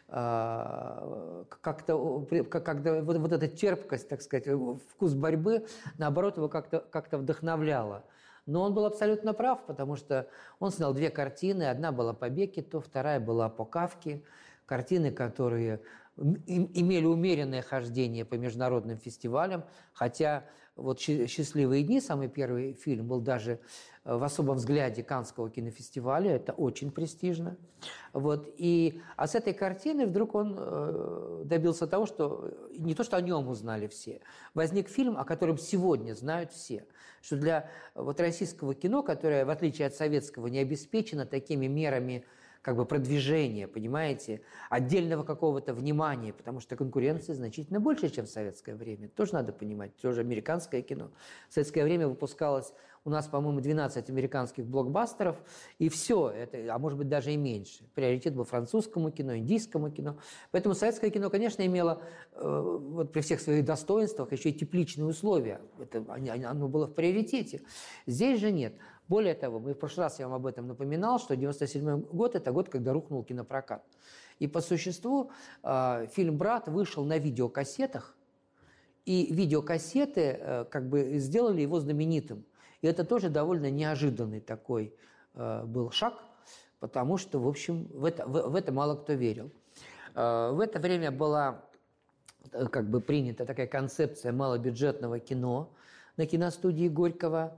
Э, как-то, когда вот, вот эта терпкость, так сказать, вкус борьбы, наоборот, его как-то, как-то вдохновляла. Но он был абсолютно прав, потому что он снял две картины. Одна была по Беккету, вторая была по Кафке. Картины, которые имели умеренное хождение по международным фестивалям, хотя вот «Счастливые дни», самый первый фильм, был даже в особом взгляде Каннского кинофестиваля, это очень престижно. Вот. И, а с этой картины вдруг он добился того, что не то, что о нем узнали все, возник фильм, о котором сегодня знают все, что для вот российского кино, которое, в отличие от советского, не обеспечено такими мерами как бы продвижения, понимаете, отдельного какого-то внимания, потому что конкуренции значительно больше, чем в советское время. Это тоже надо понимать, тоже американское кино. В советское время выпускалось у нас, по-моему, двенадцать американских блокбастеров, и все, это, а может быть даже и меньше. Приоритет был французскому кино, индийскому кино. Поэтому советское кино, конечно, имело э, вот при всех своих достоинствах еще и тепличные условия. Это, оно было в приоритете. Здесь же нет. Более того, мы в прошлый раз я вам об этом напоминал, что девяносто седьмой год – это год, когда рухнул кинопрокат. И по существу э, фильм «Брат» вышел на видеокассетах, и видеокассеты э, как бы сделали его знаменитым. И это тоже довольно неожиданный такой э, был шаг, потому что, в общем, в это, в, в это мало кто верил. Э, в это время была э, как бы принята такая концепция малобюджетного кино на киностудии Горького,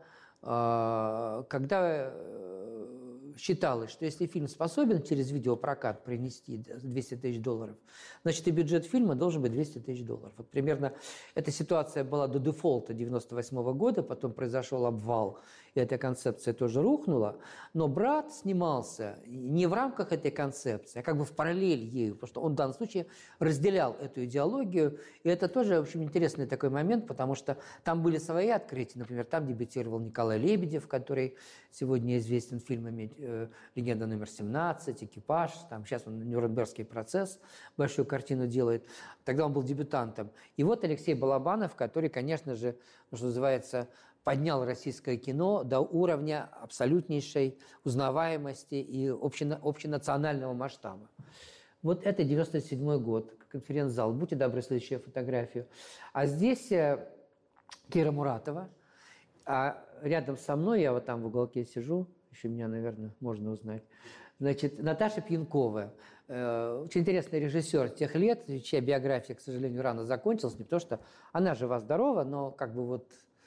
э, когда э, считалось, что если фильм способен через видеопрокат принести двести тысяч долларов, значит и бюджет фильма должен быть двести тысяч долларов. Вот примерно эта ситуация была до дефолта девяносто восьмого года, потом произошел обвал, и эта концепция тоже рухнула. Но «Брат» снимался не в рамках этой концепции, а как бы в параллель ею, потому что он в данном случае разделял эту идеологию. И это тоже, в общем, интересный такой момент, потому что там были свои открытия. Например, там дебютировал Николай Лебедев, который сегодня известен фильмами «Легенда номер семнадцать», «Экипаж», там сейчас он «Нюрнбергский процесс», большую картину делает. Тогда он был дебютантом. И вот Алексей Балабанов, который, конечно же, что называется, поднял российское кино до уровня абсолютнейшей узнаваемости и общено, общенационального масштаба. Вот это девяносто седьмой год, конференц-зал. Будьте добры, следующую фотографию. А здесь Кира Муратова, а рядом со мной, я вот там в уголке сижу, еще меня, наверное, можно узнать, значит, Наташа Пьянкова. Очень интересный режиссер тех лет, чья биография, к сожалению, рано закончилась, не потому что она жива-здорова, но как бы вот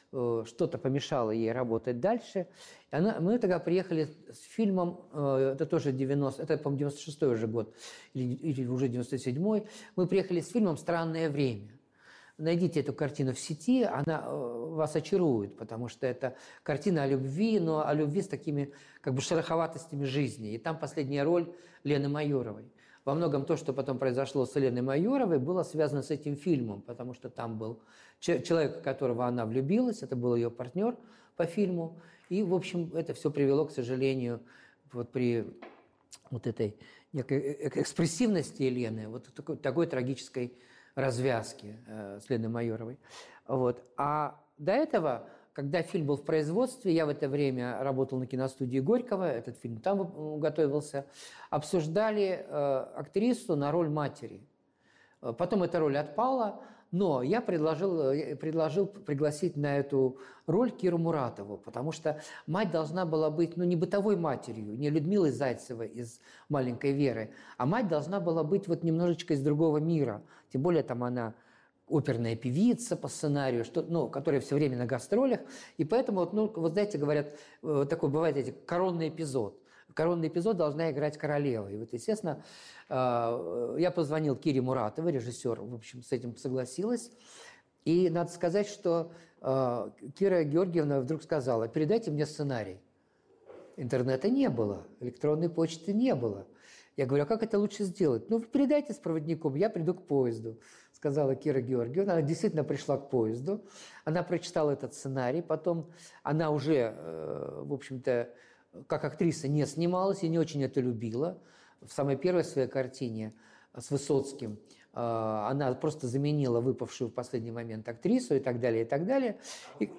э, что-то помешало ей работать дальше. И она, мы тогда приехали с фильмом, э, это тоже девяностый, это, по-моему, девяносто шестой уже год, или, или уже девяносто седьмой. Мы приехали с фильмом «Странное время». Найдите эту картину в сети, она вас очарует, потому что это картина о любви, но о любви с такими как бы шероховатостями жизни. И там последняя роль Лены Майоровой. Во многом то, что потом произошло с Леной Майоровой, было связано с этим фильмом, потому что там был человек, в которого она влюбилась, это был ее партнер по фильму. И, в общем, это все привело, к сожалению, вот при вот этой некой экспрессивности Елены, вот такой, такой трагической развязки э, с Леной Майоровой. Вот. А до этого, когда фильм был в производстве, я в это время работал на киностудии Горького, этот фильм там готовился, обсуждали э, актрису на роль матери. Потом эта роль отпала, но я предложил, предложил пригласить на эту роль Киру Муратову, потому что мать должна была быть, ну, не бытовой матерью, не Людмилой Зайцевой из «Маленькой Веры», а мать должна была быть вот немножечко из другого мира. Тем более там она оперная певица по сценарию, что, ну, которая все время на гастролях. И поэтому, вот, ну, вот знаете, говорят, такой бывает эти, коронный эпизод. Коронный эпизод должна играть королева. И вот, естественно, я позвонил Кире Муратовой, режиссер, в общем, с этим согласилась. И надо сказать, что Кира Георгиевна вдруг сказала: передайте мне сценарий. Интернета не было, электронной почты не было. Я говорю: а как это лучше сделать? Ну, вы передайте с проводником, я приду к поезду, сказала Кира Георгиевна. Она действительно пришла к поезду, она прочитала этот сценарий, потом она уже, в общем-то, как актриса не снималась и не очень это любила. В самой первой своей картине с Высоцким она просто заменила выпавшую в последний момент актрису и так далее, и так далее. И...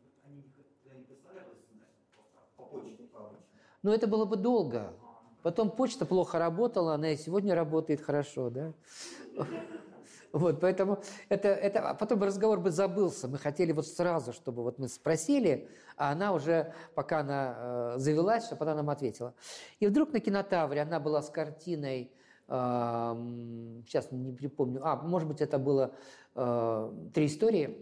Но это было бы долго. Потом почта плохо работала, она и сегодня работает хорошо, да? Вот, поэтому это, это... А потом разговор бы забылся. Мы хотели вот сразу, чтобы вот мы спросили, а она уже, пока она э, завелась, чтобы она нам ответила. И вдруг на Кинотавре она была с картиной, э, сейчас не припомню, а, может быть, это было э, «Три истории».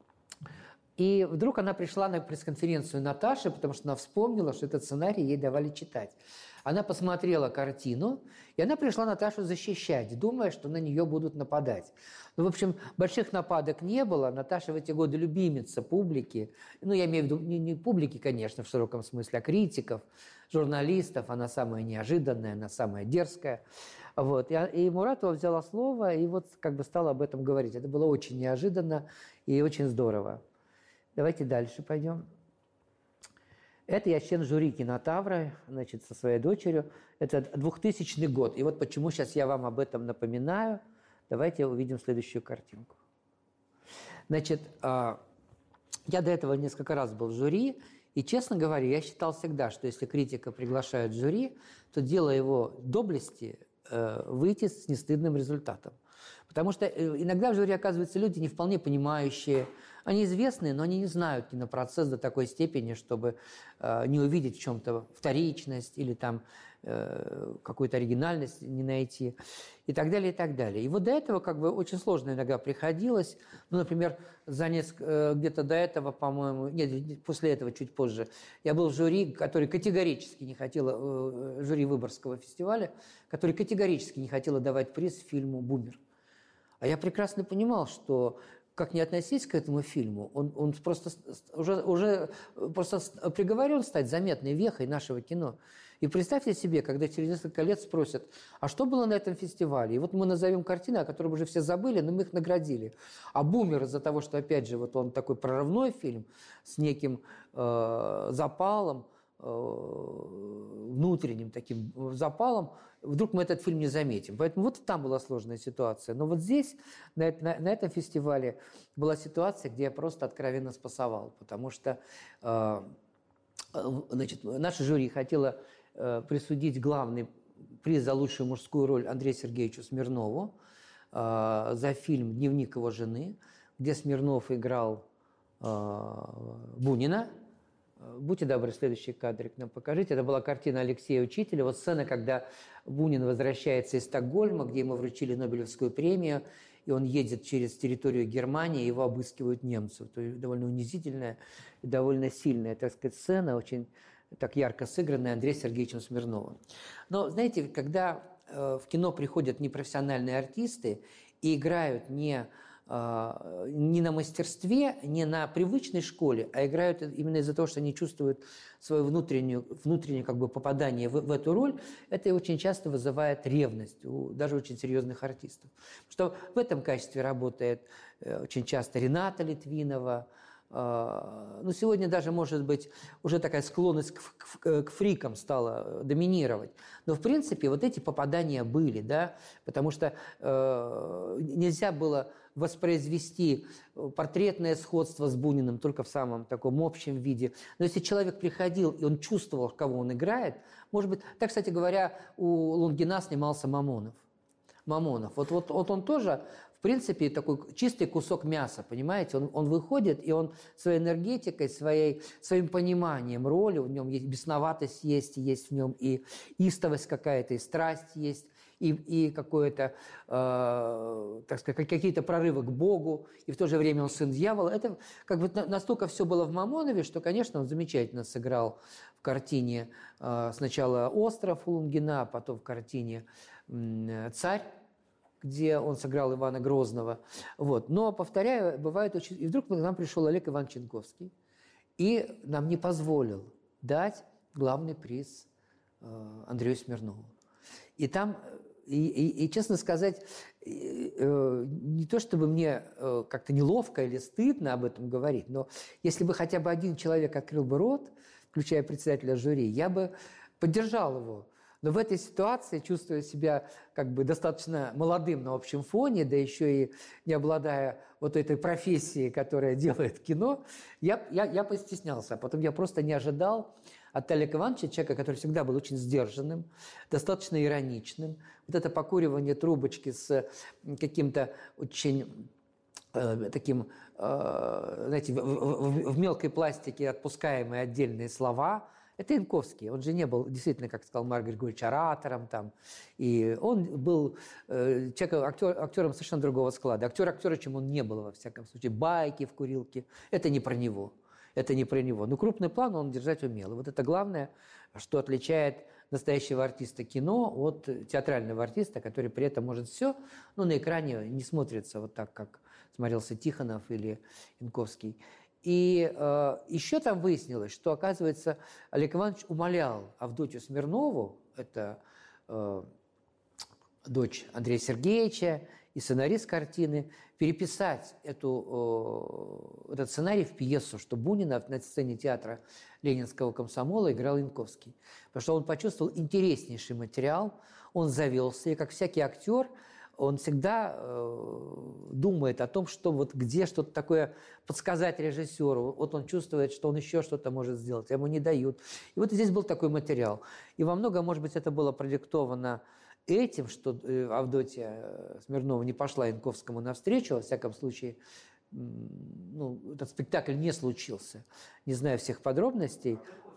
И вдруг она пришла на пресс-конференцию Наташи, потому что она вспомнила, что этот сценарий ей давали читать. Она посмотрела картину, и она пришла Наташу защищать, думая, что на нее будут нападать. Ну, в общем, больших нападок не было. Наташа в эти годы любимица публики. Ну, я имею в виду не, не публики, конечно, в широком смысле, а критиков, журналистов. Она самая неожиданная, она самая дерзкая. Вот. И, и Муратова взяла слово и вот как бы стала об этом говорить. Это было очень неожиданно и очень здорово. Давайте дальше пойдем. Это я член жюри Кинотавра, значит, со своей дочерью. Это двухтысячный год. И вот почему сейчас я вам об этом напоминаю. Давайте увидим следующую картинку. Значит, я до этого несколько раз был в жюри, и, честно говоря, я считал всегда, что если критика приглашает в жюри, то дело его доблести выйти с нестыдным результатом. Потому что иногда в жюри оказываются люди, не вполне понимающие. Они известные, но они не знают кинопроцесс до такой степени, чтобы э, не увидеть в чем-то вторичность или там э, какую-то оригинальность не найти и так далее, и так далее. И вот до этого как бы очень сложно иногда приходилось. Ну, например, за несколько, э, где-то до этого, по-моему, нет, после этого чуть позже, я был в жюри, который категорически не хотела, э, жюри Выборгского фестиваля, который категорически не хотела давать приз фильму «Бумер». А я прекрасно понимал, что как ни относись к этому фильму, он, он просто уже, уже просто приговорен стать заметной вехой нашего кино. И представьте себе, когда через несколько лет спросят, а что было на этом фестивале? И вот мы назовем картины, о которых уже все забыли, но мы их наградили. А «Бумер» из-за того, что, опять же, вот он такой прорывной фильм с неким э, запалом, внутренним таким запалом, вдруг мы этот фильм не заметим. Поэтому вот там была сложная ситуация. Но вот здесь, на, на, на этом фестивале, была ситуация, где я просто откровенно спасовал, потому что э, значит, наше жюри хотело э, присудить главный приз за лучшую мужскую роль Андрею Сергеевичу Смирнову э, за фильм «Дневник его жены», где Смирнов играл э, Бунина. Будьте добры, следующий кадрик нам покажите. Это была картина Алексея Учителя. Вот сцена, когда Бунин возвращается из Стокгольма, где ему вручили Нобелевскую премию, и он едет через территорию Германии, его обыскивают немцы. То есть довольно унизительная и довольно сильная, так сказать, сцена, очень так ярко сыгранная Андреем Сергеевичем Смирновым. Но, знаете, когда э, в кино приходят непрофессиональные артисты и играют не, э, не на мастерстве, не на привычной школе, а играют именно из-за того, что они чувствуют свое внутреннее, внутреннее как бы попадание в, в эту роль, это очень часто вызывает ревность у даже очень серьезных артистов. Что в этом качестве работает э, очень часто Рената Литвинова. Ну, сегодня даже, может быть, уже такая склонность к, к, к фрикам стала доминировать. Но, в принципе, вот эти попадания были, да, потому что э, нельзя было воспроизвести портретное сходство с Буниным только в самом таком общем виде. Но если человек приходил, и он чувствовал, кого он играет, может быть, так, кстати говоря, у Лунгина снимался Мамонов. Мамонов. Вот, вот, вот он тоже, в принципе, такой чистый кусок мяса, понимаете? Он, он выходит, и он своей энергетикой, своей, своим пониманием роли, в нем есть бесноватость есть, есть в нем и истовость какая-то, и страсть есть, и, и какое-то, э, так сказать, какие-то прорывы к Богу, и в то же время он сын дьявола. Это как бы настолько все было в Мамонове, что, конечно, он замечательно сыграл в картине э, сначала «Остров» у Лунгина, а потом в картине э, «Царь», где он сыграл Ивана Грозного. Вот. Но, повторяю, бывает очень... И вдруг к нам пришел Олег Иванович Янковский и нам не позволил дать главный приз э, Андрею Смирнову. И там, и, и, и честно сказать, э, не то чтобы мне э, как-то неловко или стыдно об этом говорить, но если бы хотя бы один человек открыл бы рот, включая председателя жюри, я бы поддержал его. Но в этой ситуации, чувствуя себя как бы достаточно молодым на общем фоне, да еще и не обладая вот этой профессией, которая делает кино, я, я, я постеснялся. А потом я просто не ожидал от Олега Ивановича, человека, который всегда был очень сдержанным, достаточно ироничным. Вот это покуривание трубочки с каким-то очень... таким, знаете, в, в, в мелкой пластике отпускаемые отдельные слова. Это Янковский. Он же не был, действительно, как сказал Марк Григорьевич, оратором там. И он был э, человеком, актер, актером совершенно другого склада. Актер актера, чем он не был, во всяком случае. Байки в курилке. Это не про него. Это не про него. Но крупный план он держать умел. И вот это главное, что отличает настоящего артиста кино от театрального артиста, который при этом может все, но на экране не смотрится вот так, как смотрелся Тихонов или Янковский. И э, еще там выяснилось, что, оказывается, Олег Иванович умолял Авдотью Смирнову, это э, дочь Андрея Сергеевича и сценарист картины, переписать эту, э, этот сценарий в пьесу, что Бунина на сцене театра Ленинского комсомола играл Янковский. Потому что он почувствовал интереснейший материал, он завелся, и как всякий актер, он всегда э, думает о том, что вот где что-то такое подсказать режиссеру. Вот он чувствует, что он еще что-то может сделать, ему не дают. И вот здесь был такой материал. И во многом, может быть, это было продиктовано этим, что э, Авдотья Смирнова не пошла Янковскому навстречу. Во всяком случае, ну, этот спектакль не случился. Не знаю всех подробностей.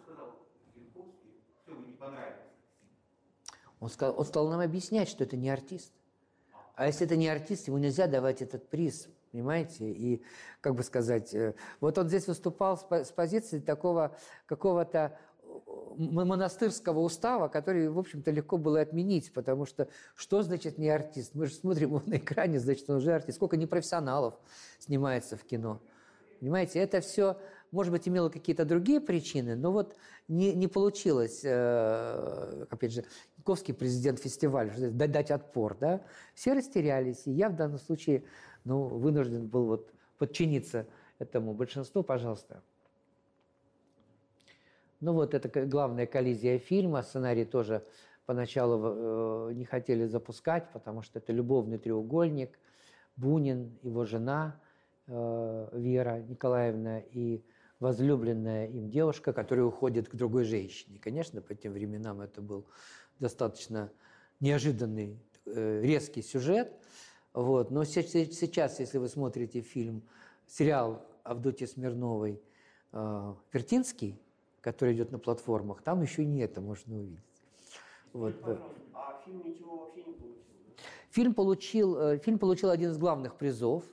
Он, сказал, он стал нам объяснять, что это не артист. А если это не артист, ему нельзя давать этот приз, понимаете? И, как бы сказать, вот он здесь выступал с позиции такого какого-то монастырского устава, который, в общем-то, легко было отменить, потому что что значит не артист? Мы же смотрим его на экране, значит, он уже артист. Сколько непрофессионалов снимается в кино. Понимаете, это все, может быть, имело какие-то другие причины, но вот не, не получилось, э, опять же, Янковский президент фестиваля, дать отпор, да? Все растерялись, и я в данном случае, ну, вынужден был вот подчиниться этому большинству, пожалуйста. Ну вот, это главная коллизия фильма, сценарий тоже поначалу э, не хотели запускать, потому что это любовный треугольник, Бунин, его жена, Вера Николаевна и возлюбленная им девушка, которая уходит к другой женщине. Конечно, по тем временам это был достаточно неожиданный, резкий сюжет. Вот. Но сейчас, если вы смотрите фильм, сериал Авдотьи Смирновой «Вертинский», который идет на платформах, там еще и не это можно увидеть. Вот. А фильм ничего вообще не получил? Фильм получил, фильм получил один из главных призов.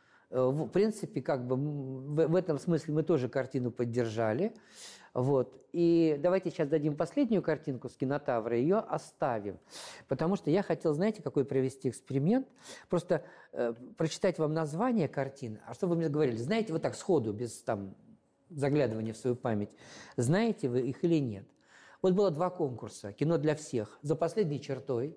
В принципе, как бы в этом смысле мы тоже картину поддержали. Вот. И давайте сейчас дадим последнюю картинку с кинотавра, ее оставим. Потому что я хотел, знаете, какой провести эксперимент? Просто э, прочитать вам название картин, а что вы мне говорили? Знаете, вот так сходу, без там заглядывания в свою память, знаете вы их или нет? Вот было два конкурса. Кино для всех. «За последней чертой».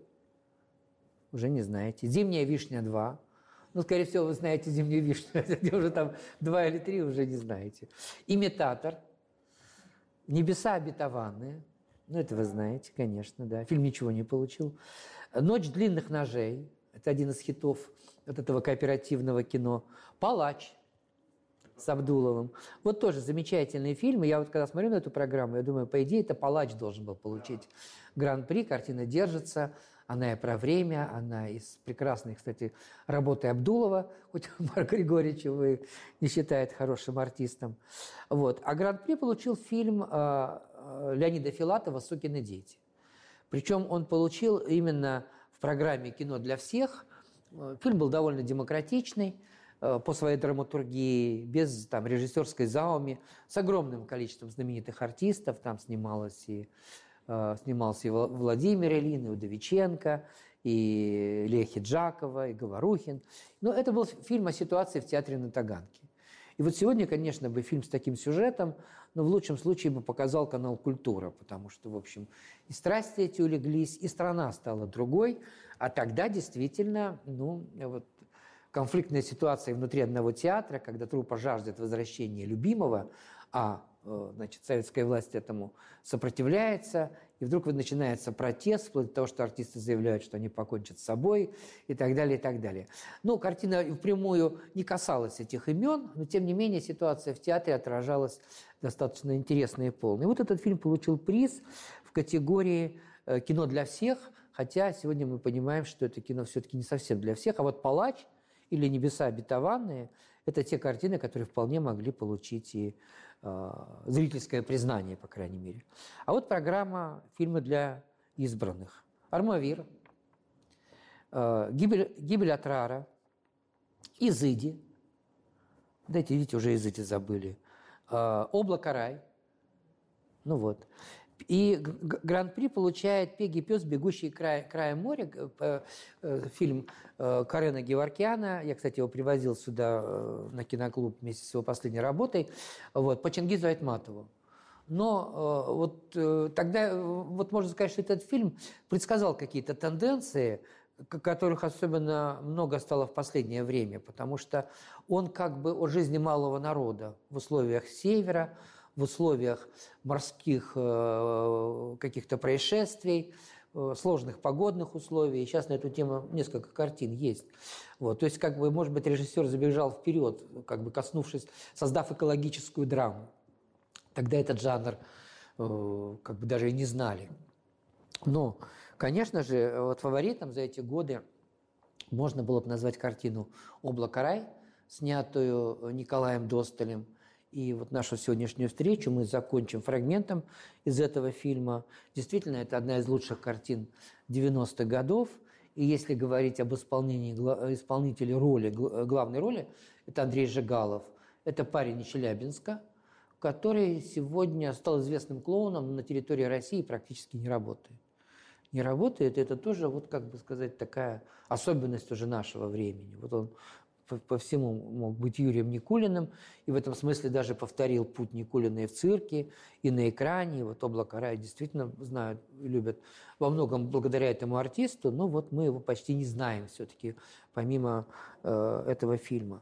Уже не знаете. «Зимняя вишня два». Ну, скорее всего, вы знаете «Зимнюю вишню», где уже там два или три, уже не знаете. «Имитатор». «Небеса обетованные». Ну, это вы знаете, конечно, да. Фильм ничего не получил. «Ночь длинных ножей». Это один из хитов вот этого кооперативного кино. «Палач» с Абдуловым. Вот тоже замечательные фильмы. Я вот когда смотрю на эту программу, я думаю, по идее, это «Палач» должен был получить гран-при. Картина держится. Она и про время, она из прекрасной, кстати, работы Абдулова, хоть Марк Григорьевич его не считает хорошим артистом. Вот. А гран-при получил фильм э, Леонида Филатова «Сукины дети». Причем он получил именно в программе «Кино для всех». Фильм был довольно демократичный э, по своей драматургии, без там, режиссерской зауми, с огромным количеством знаменитых артистов. Там снималась и Снимался и Владимир Ильин, и Удовиченко, и Лея Хиджакова, и Говорухин. Но это был фильм о ситуации в театре на Таганке. И вот сегодня, конечно, бы фильм с таким сюжетом, но в лучшем случае бы показал канал «Культура», потому что, в общем, и страсти эти улеглись, и страна стала другой. А тогда действительно, ну, вот конфликтная ситуация внутри одного театра, когда труппа жаждет возвращения любимого, а значит, советская власть этому сопротивляется, и вдруг начинается протест, вплоть до того, что артисты заявляют, что они покончат с собой, и так далее, и так далее. Ну, картина впрямую не касалась этих имен, но, тем не менее, ситуация в театре отражалась достаточно интересно и полно. И вот этот фильм получил приз в категории «Кино для всех», хотя сегодня мы понимаем, что это кино все-таки не совсем для всех, а вот «Палач» или «Небеса обетованные» – это те картины, которые вполне могли получить и зрительское признание, по крайней мере. А вот программа «Фильмы для избранных». «Армавир», «Гибель, гибель Атрара», «Изыди». Дайте, видите, уже «Изыди» забыли. «Облако рай». Ну вот. И гран-при получает «Пегий пес, бегущий край, краем моря», фильм Карена Геворкяна. Я, кстати, его привозил сюда на киноклуб вместе с его последней работой, вот, по Чингизу Айтматову. Но вот тогда, вот можно сказать, что этот фильм предсказал какие-то тенденции, которых особенно много стало в последнее время, потому что он как бы о жизни малого народа в условиях Севера, в условиях морских э, каких-то происшествий, э, сложных погодных условий. И сейчас на эту тему несколько картин есть. Вот. То есть, как бы, может быть, режиссер забежал вперед, как бы коснувшись, создав экологическую драму. Тогда этот жанр э, как бы даже и не знали. Но, конечно же, вот фаворитом за эти годы можно было бы назвать картину «Облако рай», снятую Николаем Досталем. И вот нашу сегодняшнюю встречу мы закончим фрагментом из этого фильма. Действительно, это одна из лучших картин девяностых годов. И если говорить об исполнении исполнителя роли, главной роли, это Андрей Жигалов. Это парень из Челябинска, который сегодня стал известным клоуном, но на территории России практически не работает. Не работает, это тоже, вот как бы сказать, такая особенность уже нашего времени. Вот он по, по всему мог быть Юрием Никулиным, и в этом смысле даже повторил путь Никулина и в цирке, и на экране. И вот «Облако рая» действительно знают и любят во многом благодаря этому артисту, но вот мы его почти не знаем все-таки, помимо э, этого фильма.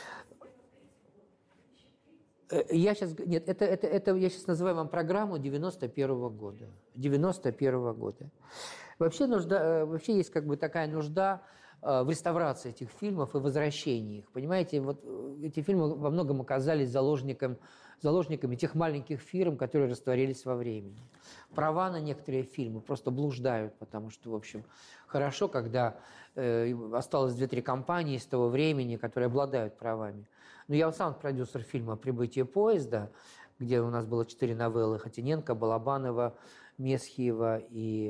Я сейчас, нет, это, это, это я сейчас называю вам программу девяносто первого года. девяносто первого года. Вообще, нужда, вообще есть как бы такая нужда в реставрации этих фильмов и возвращении их. Понимаете, вот эти фильмы во многом оказались заложником, заложниками тех маленьких фирм, которые растворились во времени. Права на некоторые фильмы просто блуждают, потому что, в общем, хорошо, когда э, осталось две-три компании с того времени, которые обладают правами. Но я сам продюсер фильма «Прибытие поезда», где у нас было четыре новеллы: Хотиненко, Балабанова, Месхиева и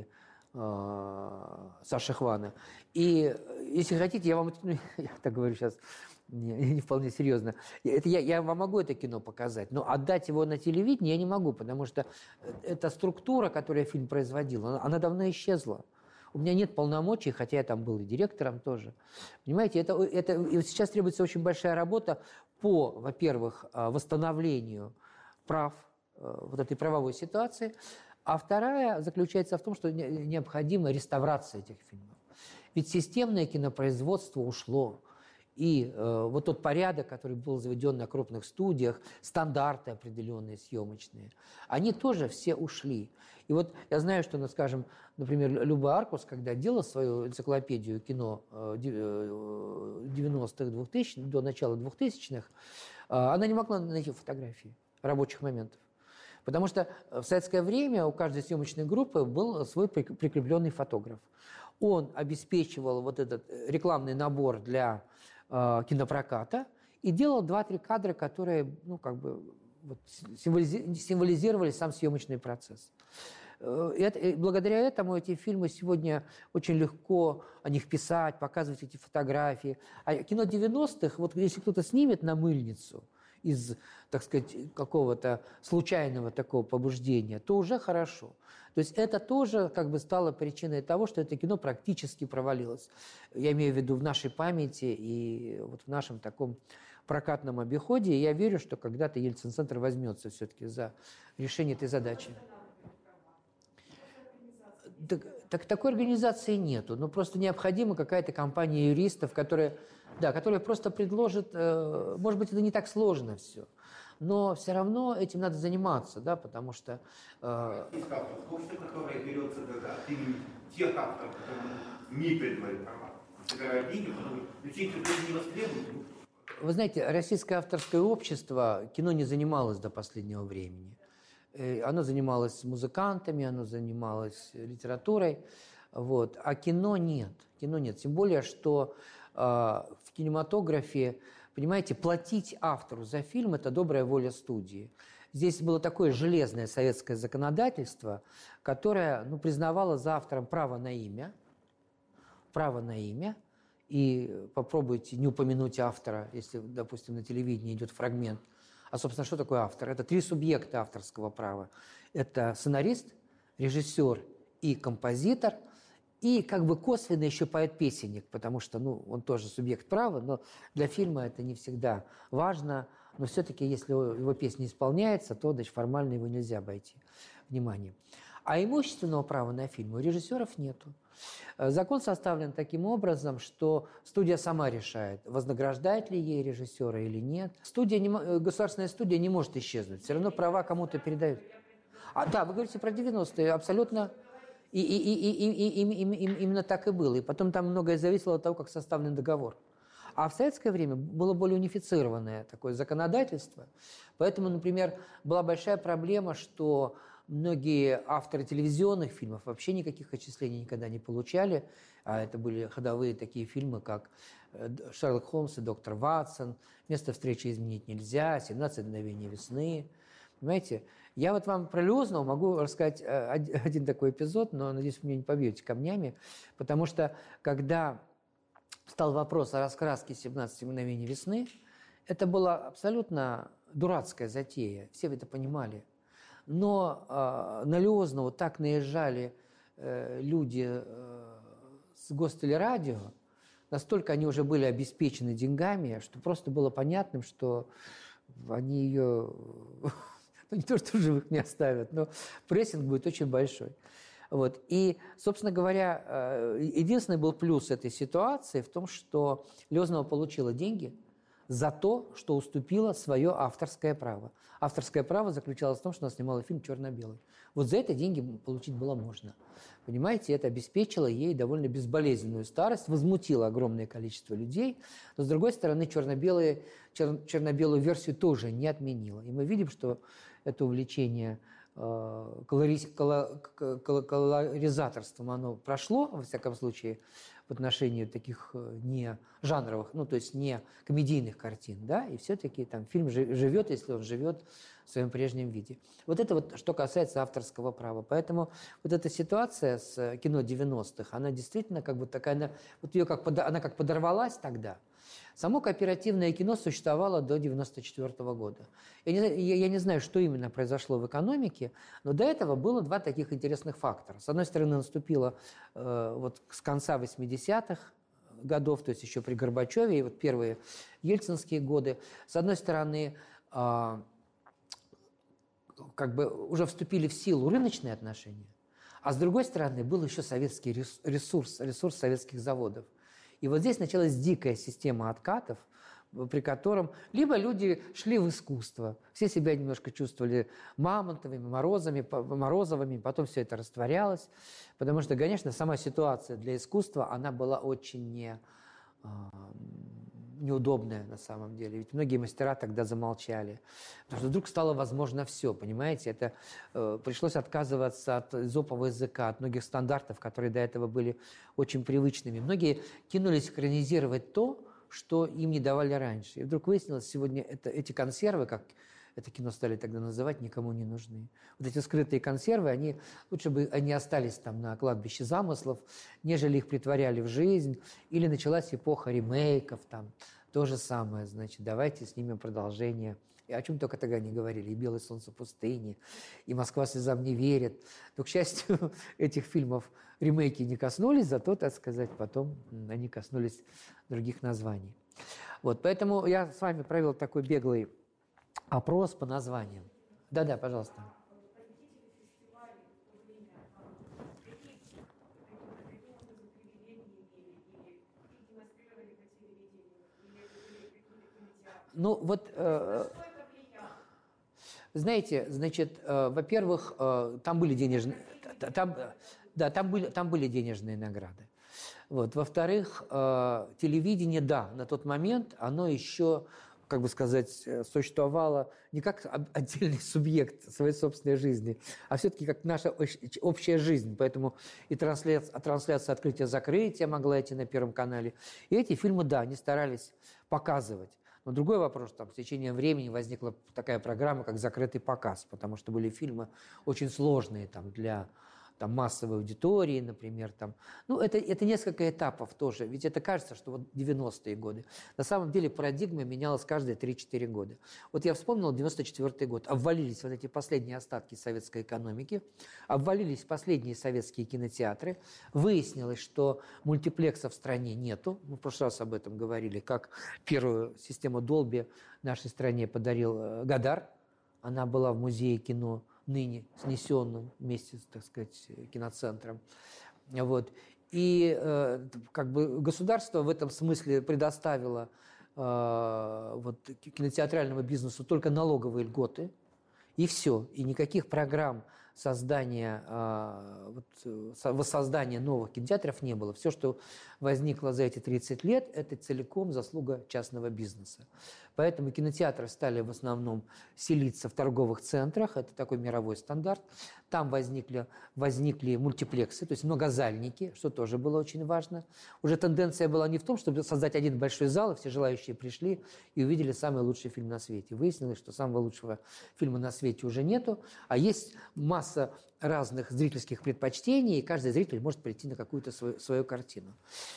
Саши Хвана. И если хотите, я вам, ну, я так говорю сейчас, не, не вполне серьезно, это я, я вам могу это кино показать, но отдать его на телевидение я не могу, потому что эта структура, которую фильм производил, она, она давно исчезла. У меня нет полномочий, хотя я там был и директором тоже. Понимаете, это, это, и сейчас требуется очень большая работа по, во-первых, восстановлению прав, вот этой правовой ситуации, а вторая заключается в том, что необходима реставрация этих фильмов. Ведь системное кинопроизводство ушло. И э, вот тот порядок, который был заведен на крупных студиях, стандарты определенные съемочные, они тоже все ушли. И вот я знаю, что, ну, скажем, например, Люба Аркус, когда делала свою энциклопедию кино девяностых, двухтысячных, до начала двухтысячных, э, она не могла найти фотографии рабочих моментов. Потому что в советское время у каждой съемочной группы был свой прикрепленный фотограф. Он обеспечивал вот этот рекламный набор для э, кинопроката и делал два-три кадра, которые, ну, как бы, вот, символизи- символизировали сам съемочный процесс. И это, и благодаря этому эти фильмы сегодня очень легко о них писать, показывать эти фотографии. А кино девяностых, вот если кто-то снимет на мыльницу из, так сказать, какого-то случайного такого побуждения, то уже хорошо. То есть это тоже как бы стало причиной того, что это кино практически провалилось. Я имею в виду в нашей памяти и вот в нашем таком прокатном обиходе. И я верю, что когда-то Ельцин-центр возьмется все-таки за решение этой задачи. Так, так такой организации нету. Ну, просто необходима какая-то компания юристов, которая, да, которая просто предложит, э, может быть, это не так сложно все, но все равно этим надо заниматься, да, потому что... Э, Есть авторское, которое берется от имени тех авторов, которые не предлагают права, собирают деньги, потому что людей не востребуют. Вы знаете, Российское авторское общество кино не занималось до последнего времени. Оно занималось музыкантами, оно занималось литературой, вот, а кино нет, кино нет. Тем более, что э, в кинематографе, понимаете, платить автору за фильм – это добрая воля студии. Здесь было такое железное советское законодательство, которое, ну, признавало за автором право на имя, право на имя, и попробуйте не упомянуть автора, если, допустим, на телевидении идет фрагмент. А, собственно, что такое автор? Это три субъекта авторского права. Это сценарист, режиссер и композитор, и как бы косвенно еще поэт-песенник, потому что, ну, он тоже субъект права, но для фильма это не всегда важно. Но все-таки, если его песня исполняется, то, значит, формально его нельзя обойти вниманием. А имущественного права на фильм у режиссеров нету. Закон составлен таким образом, что студия сама решает, вознаграждает ли ей режиссера или нет. Студия не, государственная студия не может исчезнуть, все равно права кому-то передают. А, да, вы говорите про девяностые, абсолютно, и, и, и, и, и, и, и, и, именно так и было. И потом там многое зависело от того, как составлен договор. А в советское время было более унифицированное такое законодательство. Поэтому, например, была большая проблема, что многие авторы телевизионных фильмов вообще никаких отчислений никогда не получали. А это были ходовые такие фильмы, как «Шерлок Холмс и доктор Ватсон», «Место встречи изменить нельзя», «семнадцать мгновений весны». Понимаете? Я вот вам про Лёзного могу рассказать один такой эпизод, но, надеюсь, вы меня не побьете камнями, потому что, когда стал вопрос о раскраске «семнадцати мгновений весны», это была абсолютно дурацкая затея, все это понимали. Но э, на Лёзного так наезжали э, люди э, с Гостелерадио, настолько они уже были обеспечены деньгами, что просто было понятным, что они ее, ну, не то что живых не оставят, но прессинг будет очень большой. Вот. И, собственно говоря, единственный был плюс этой ситуации в том, что Лёзнова получила деньги за то, что уступила свое авторское право. Авторское право заключалось в том, что она снимала фильм «Черно-белый». Вот за это деньги получить было можно. Понимаете, это обеспечило ей довольно безболезненную старость, возмутило огромное количество людей, но, с другой стороны, черно-белые, чер, черно-белую версию тоже не отменило. И мы видим, что это увлечение э, колориз, коло, коло, колоризаторством, оно прошло, во всяком случае, в отношении таких не жанровых, ну, то есть не комедийных картин, да, и все-таки там фильм живет, если он живет в своем прежнем виде. Вот это вот что касается авторского права. Поэтому вот эта ситуация с кино девяностых, она действительно как бы такая, она, вот ее как, она как подорвалась тогда. Само кооперативное кино существовало до девяносто четвёртого года. Я не, я, я не знаю, что именно произошло в экономике, но до этого было два таких интересных фактора. С одной стороны, наступило э, вот с конца восьмидесятых годов, то есть еще при Горбачеве, и вот первые ельцинские годы. С одной стороны, э, как бы уже вступили в силу рыночные отношения, а с другой стороны, был еще советский ресурс, ресурс советских заводов. И вот здесь началась дикая система откатов, при котором либо люди шли в искусство, все себя немножко чувствовали Мамонтовыми, Морозами, Морозовыми, потом все это растворялось, потому что, конечно, сама ситуация для искусства, она была очень не, э, неудобная на самом деле. Ведь многие мастера тогда замолчали, потому что вдруг стало возможно все, понимаете? Это э, пришлось отказываться от эзопового языка, от многих стандартов, которые до этого были очень привычными. Многие кинулись экранизировать то, что им не давали раньше. И вдруг выяснилось, сегодня это, эти консервы, как это кино стали тогда называть, никому не нужны. Вот эти скрытые консервы, они, лучше бы они остались там на кладбище замыслов, нежели их притворяли в жизнь. Или началась эпоха ремейков, там то же самое, значит, давайте снимем продолжение. И о чем только тогда не говорили. И «Белое солнце пустыни», и «Москва слезам не верит». Но, к счастью, этих фильмов ремейки не коснулись, зато, так сказать, потом они коснулись других названий. Вот, поэтому я с вами провел такой беглый опрос по названиям. Да-да, пожалуйста. Ну, вот, э, знаете, значит, э, во-первых, э, там были денежные, там, да, там были, там были денежные награды. Вот. Во-вторых, э, телевидение, да, на тот момент оно еще, как бы сказать, существовало не как отдельный субъект своей собственной жизни, а все-таки как наша общая жизнь. Поэтому и трансляция, трансляция открытия-закрытия могла идти на Первом канале. И эти фильмы, да, они старались показывать. Но другой вопрос, там, с течением времени возникла такая программа, как «Закрытый показ», потому что были фильмы очень сложные там, для там, массовой аудитории, например. Там. Ну, это, это несколько этапов тоже. Ведь это кажется, что вот девяностые годы. На самом деле парадигма менялась каждые три-четыре года. Вот я вспомнил девяносто четвёртый год. Обвалились вот эти последние остатки советской экономики, обвалились последние советские кинотеатры. Выяснилось, что мультиплексов в стране нету. Мы в прошлый раз об этом говорили, как первую систему Долби нашей стране подарил Годар. Она была в музее кино ныне снесенным вместе с, так сказать, киноцентром. Вот. И э, как бы государство в этом смысле предоставило э, вот, кинотеатральному бизнесу только налоговые льготы, и все. И никаких программ создания, э, вот, воссоздания новых кинотеатров не было. Все, что возникло за эти тридцать лет, это целиком заслуга частного бизнеса. Поэтому кинотеатры стали в основном селиться в торговых центрах, это такой мировой стандарт. Там возникли, возникли мультиплексы, то есть многозальники, что тоже было очень важно. Уже тенденция была не в том, чтобы создать один большой зал, и все желающие пришли и увидели самый лучший фильм на свете. Выяснилось, что самого лучшего фильма на свете уже нету, а есть масса разных зрительских предпочтений, и каждый зритель может прийти на какую-то свою, свою картину.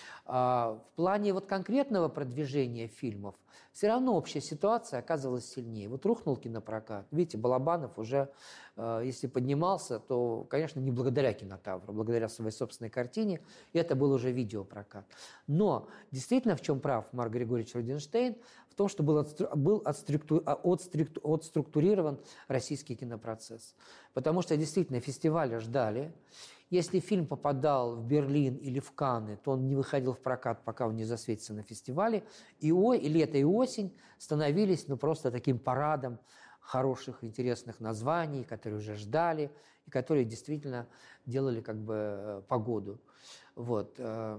А в плане вот конкретного продвижения фильмов все равно общая ситуация оказывалась сильнее. Вот рухнул кинопрокат. Видите, Балабанов уже, э, если поднимался, то, конечно, не благодаря «Кинотавру», благодаря своей собственной картине, и это был уже видеопрокат. Но действительно, в чем прав Марк Григорьевич Рудинштейн, в том, что был, отстру, был отструкту, отструкту, отструктурирован российский кинопроцесс. Потому что действительно фестивали ждали. Если фильм попадал в Берлин или в Канны, то он не выходил в прокат, пока он не засветится на фестивале. И, о, и лето, и осень становились ну, просто таким парадом хороших, интересных названий, которые уже ждали, и которые действительно делали как бы погоду. Вот.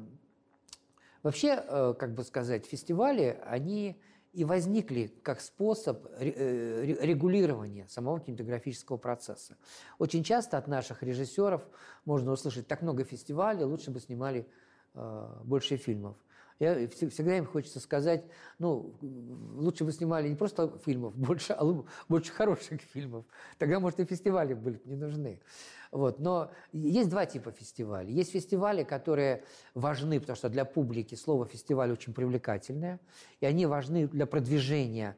Вообще, как бы сказать, фестивали, они и возникли как способ регулирования самого кинематографического процесса. Очень часто от наших режиссеров можно услышать: так много фестивалей, лучше бы снимали больше фильмов. Я всегда им хочется сказать, ну, лучше бы снимали не просто фильмов больше, а больше хороших фильмов. Тогда, может, и фестивали были бы не нужны. Вот. Но есть два типа фестивалей. Есть фестивали, которые важны, потому что для публики слово «фестиваль» очень привлекательное, и они важны для продвижения,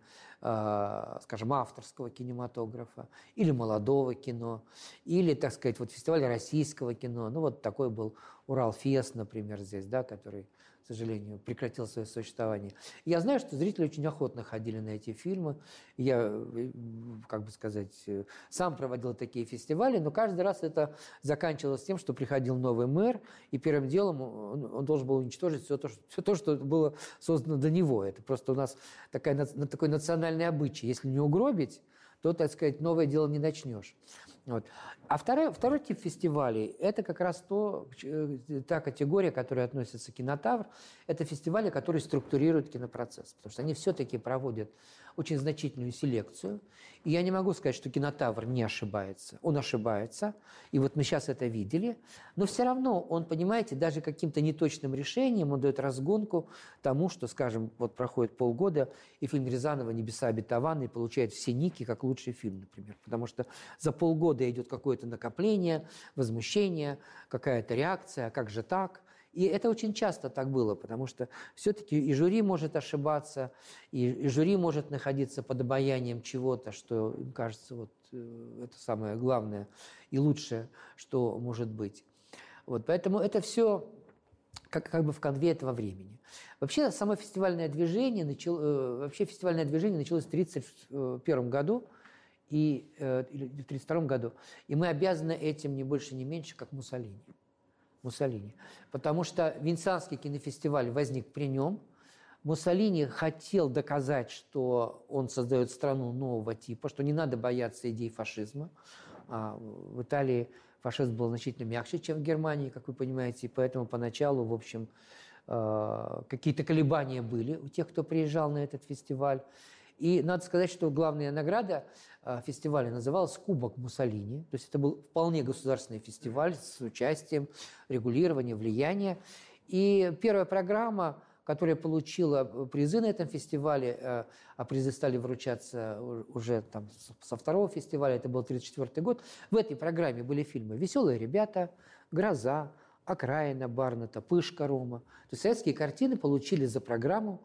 э, скажем, авторского кинематографа или молодого кино, или, так сказать, вот фестиваль российского кино. Ну, вот такой был Уралфест, например, здесь, да, который, к сожалению, прекратил свое существование. И я знаю, что зрители очень охотно ходили на эти фильмы. Я, как бы сказать, сам проводил такие фестивали, но каждый раз это заканчивалось тем, что приходил новый мэр, и первым делом он, он должен был уничтожить все то, что, все то, что было создано до него. Это просто у нас такая, такой национальный обычай. Если не угробить, то, так сказать, новое дело не начнешь. Вот. А второй, второй тип фестивалей – это как раз то, та категория, которая относится к «Кинотавр». Это фестивали, которые структурируют кинопроцесс, потому что они все-таки проводят очень значительную селекцию. И я не могу сказать, что «Кинотавр» не ошибается. Он ошибается, и вот мы сейчас это видели. Но все равно он, понимаете, даже каким-то неточным решением он дает разгонку тому, что, скажем, вот проходит полгода, и фильм Рязанова «Небеса обетованные» получает все ники как лучший фильм, например. Потому что за полгода идет какое-то накопление, возмущение, какая-то реакция, а как же так? И это очень часто так было, потому что все-таки и жюри может ошибаться, и, и жюри может находиться под обаянием чего-то, что, им кажется, вот это самое главное и лучшее, что может быть. Вот, поэтому это все как, как бы в конве этого времени. Вообще, само фестивальное движение, начало, вообще фестивальное движение началось в тысяча девятьсот тридцать первом году, и, э, или в тысяча девятьсот тридцать втором году, и мы обязаны этим не больше, не меньше, как Муссолини. Муссолини. Потому что Венецианский кинофестиваль возник при нем. Муссолини хотел доказать, что он создает страну нового типа, что не надо бояться идей фашизма. А в Италии фашизм был значительно мягче, чем в Германии, как вы понимаете, и поэтому поначалу, в общем, какие-то колебания были у тех, кто приезжал на этот фестиваль. И надо сказать, что главная награда фестиваля называлась «Кубок Муссолини». То есть это был вполне государственный фестиваль с участием, регулированием, влияния. И первая программа, которая получила призы на этом фестивале, а призы стали вручаться уже там со второго фестиваля, это был тридцать четвёртый год, в этой программе были фильмы «Веселые ребята», «Гроза», «Окраина» Барнета, «Пышка» Рома. То есть советские картины получили за программу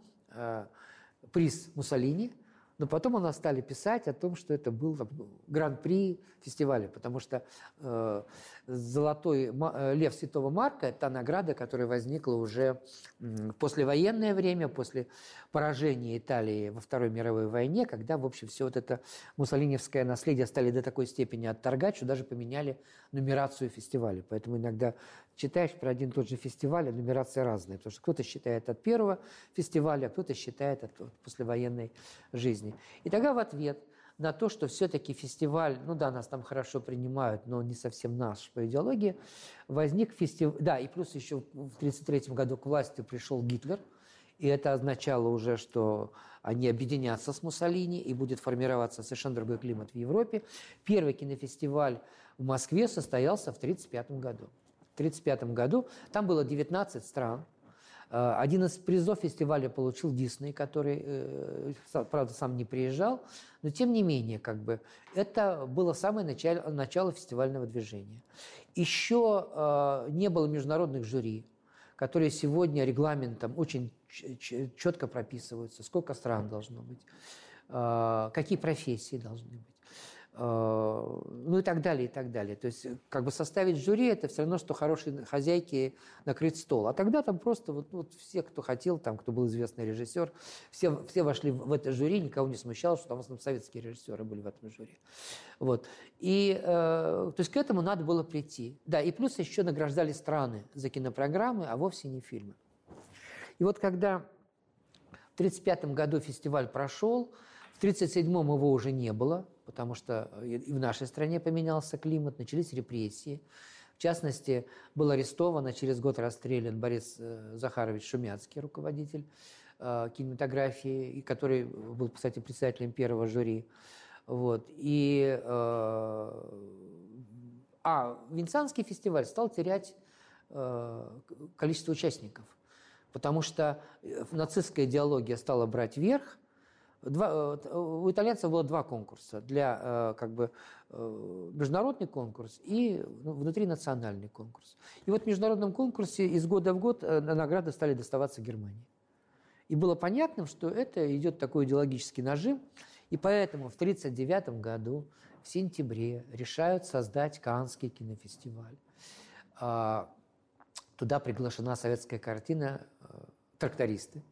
приз Муссолини, но потом у нас стали писать о том, что это был гран-при фестиваля, потому что э, «Золотой лев Святого Марка» – это та награда, которая возникла уже в послевоенное время, после поражения Италии во Второй мировой войне, когда, в общем, все вот это муссолиневское наследие стали до такой степени отторгать, что даже поменяли нумерацию фестиваля. Поэтому иногда читаешь про один и тот же фестиваль, а нумерация разная, потому что кто-то считает от первого фестиваля, а кто-то считает от, от послевоенной жизни. И тогда в ответ на то, что все-таки фестиваль, ну да, нас там хорошо принимают, но не совсем наш по идеологии, возник фестиваль, да, и плюс еще в тысяча девятьсот тридцать третьем году к власти пришел Гитлер, и это означало уже, что они объединятся с Муссолини, и будет формироваться совершенно другой климат в Европе. Первый кинофестиваль в Москве состоялся в тысяча девятьсот тридцать пятом году. В тысяча девятьсот тридцать пятом году там было девятнадцать стран. Один из призов фестиваля получил Дисней, который, правда, сам не приезжал, но тем не менее, как бы, это было самое начало, начало фестивального движения. Еще э, не было международных жюри, которые сегодня регламентом очень четко прописываются, сколько стран должно быть, э, какие профессии должны быть. Ну и так далее, и так далее. То есть как бы составить жюри – это все равно, что хорошей хозяйке накрыть стол. А тогда там просто вот, вот все, кто хотел, там, кто был известный режиссер, все, все вошли в это жюри, никого не смущало, что там в основном советские режиссеры были в этом жюри. Вот. И э, то есть к этому надо было прийти. Да, и плюс еще награждали страны за кинопрограммы, а вовсе не фильмы. И вот когда в тысяча девятьсот тридцать пятом году фестиваль прошел, в тысяча девятьсот тридцать седьмом его уже не было, потому что и в нашей стране поменялся климат, начались репрессии. В частности, был арестован, а через год расстрелян Борис Захарович Шумяцкий, руководитель э, кинематографии, который был, кстати, председателем первого жюри. Вот. И, э, а Венецианский фестиваль стал терять количество участников. Потому что нацистская идеология стала брать верх. Два, у итальянцев было два конкурса. Для как бы, международный конкурс и внутринациональный конкурс. И вот в международном конкурсе из года в год награды стали доставаться Германии. И было понятно, что это идет такой идеологический нажим. И поэтому в тысяча девятьсот тридцать девятом году, в сентябре, решают создать Каннский кинофестиваль. Туда приглашена советская картина «Трактористы».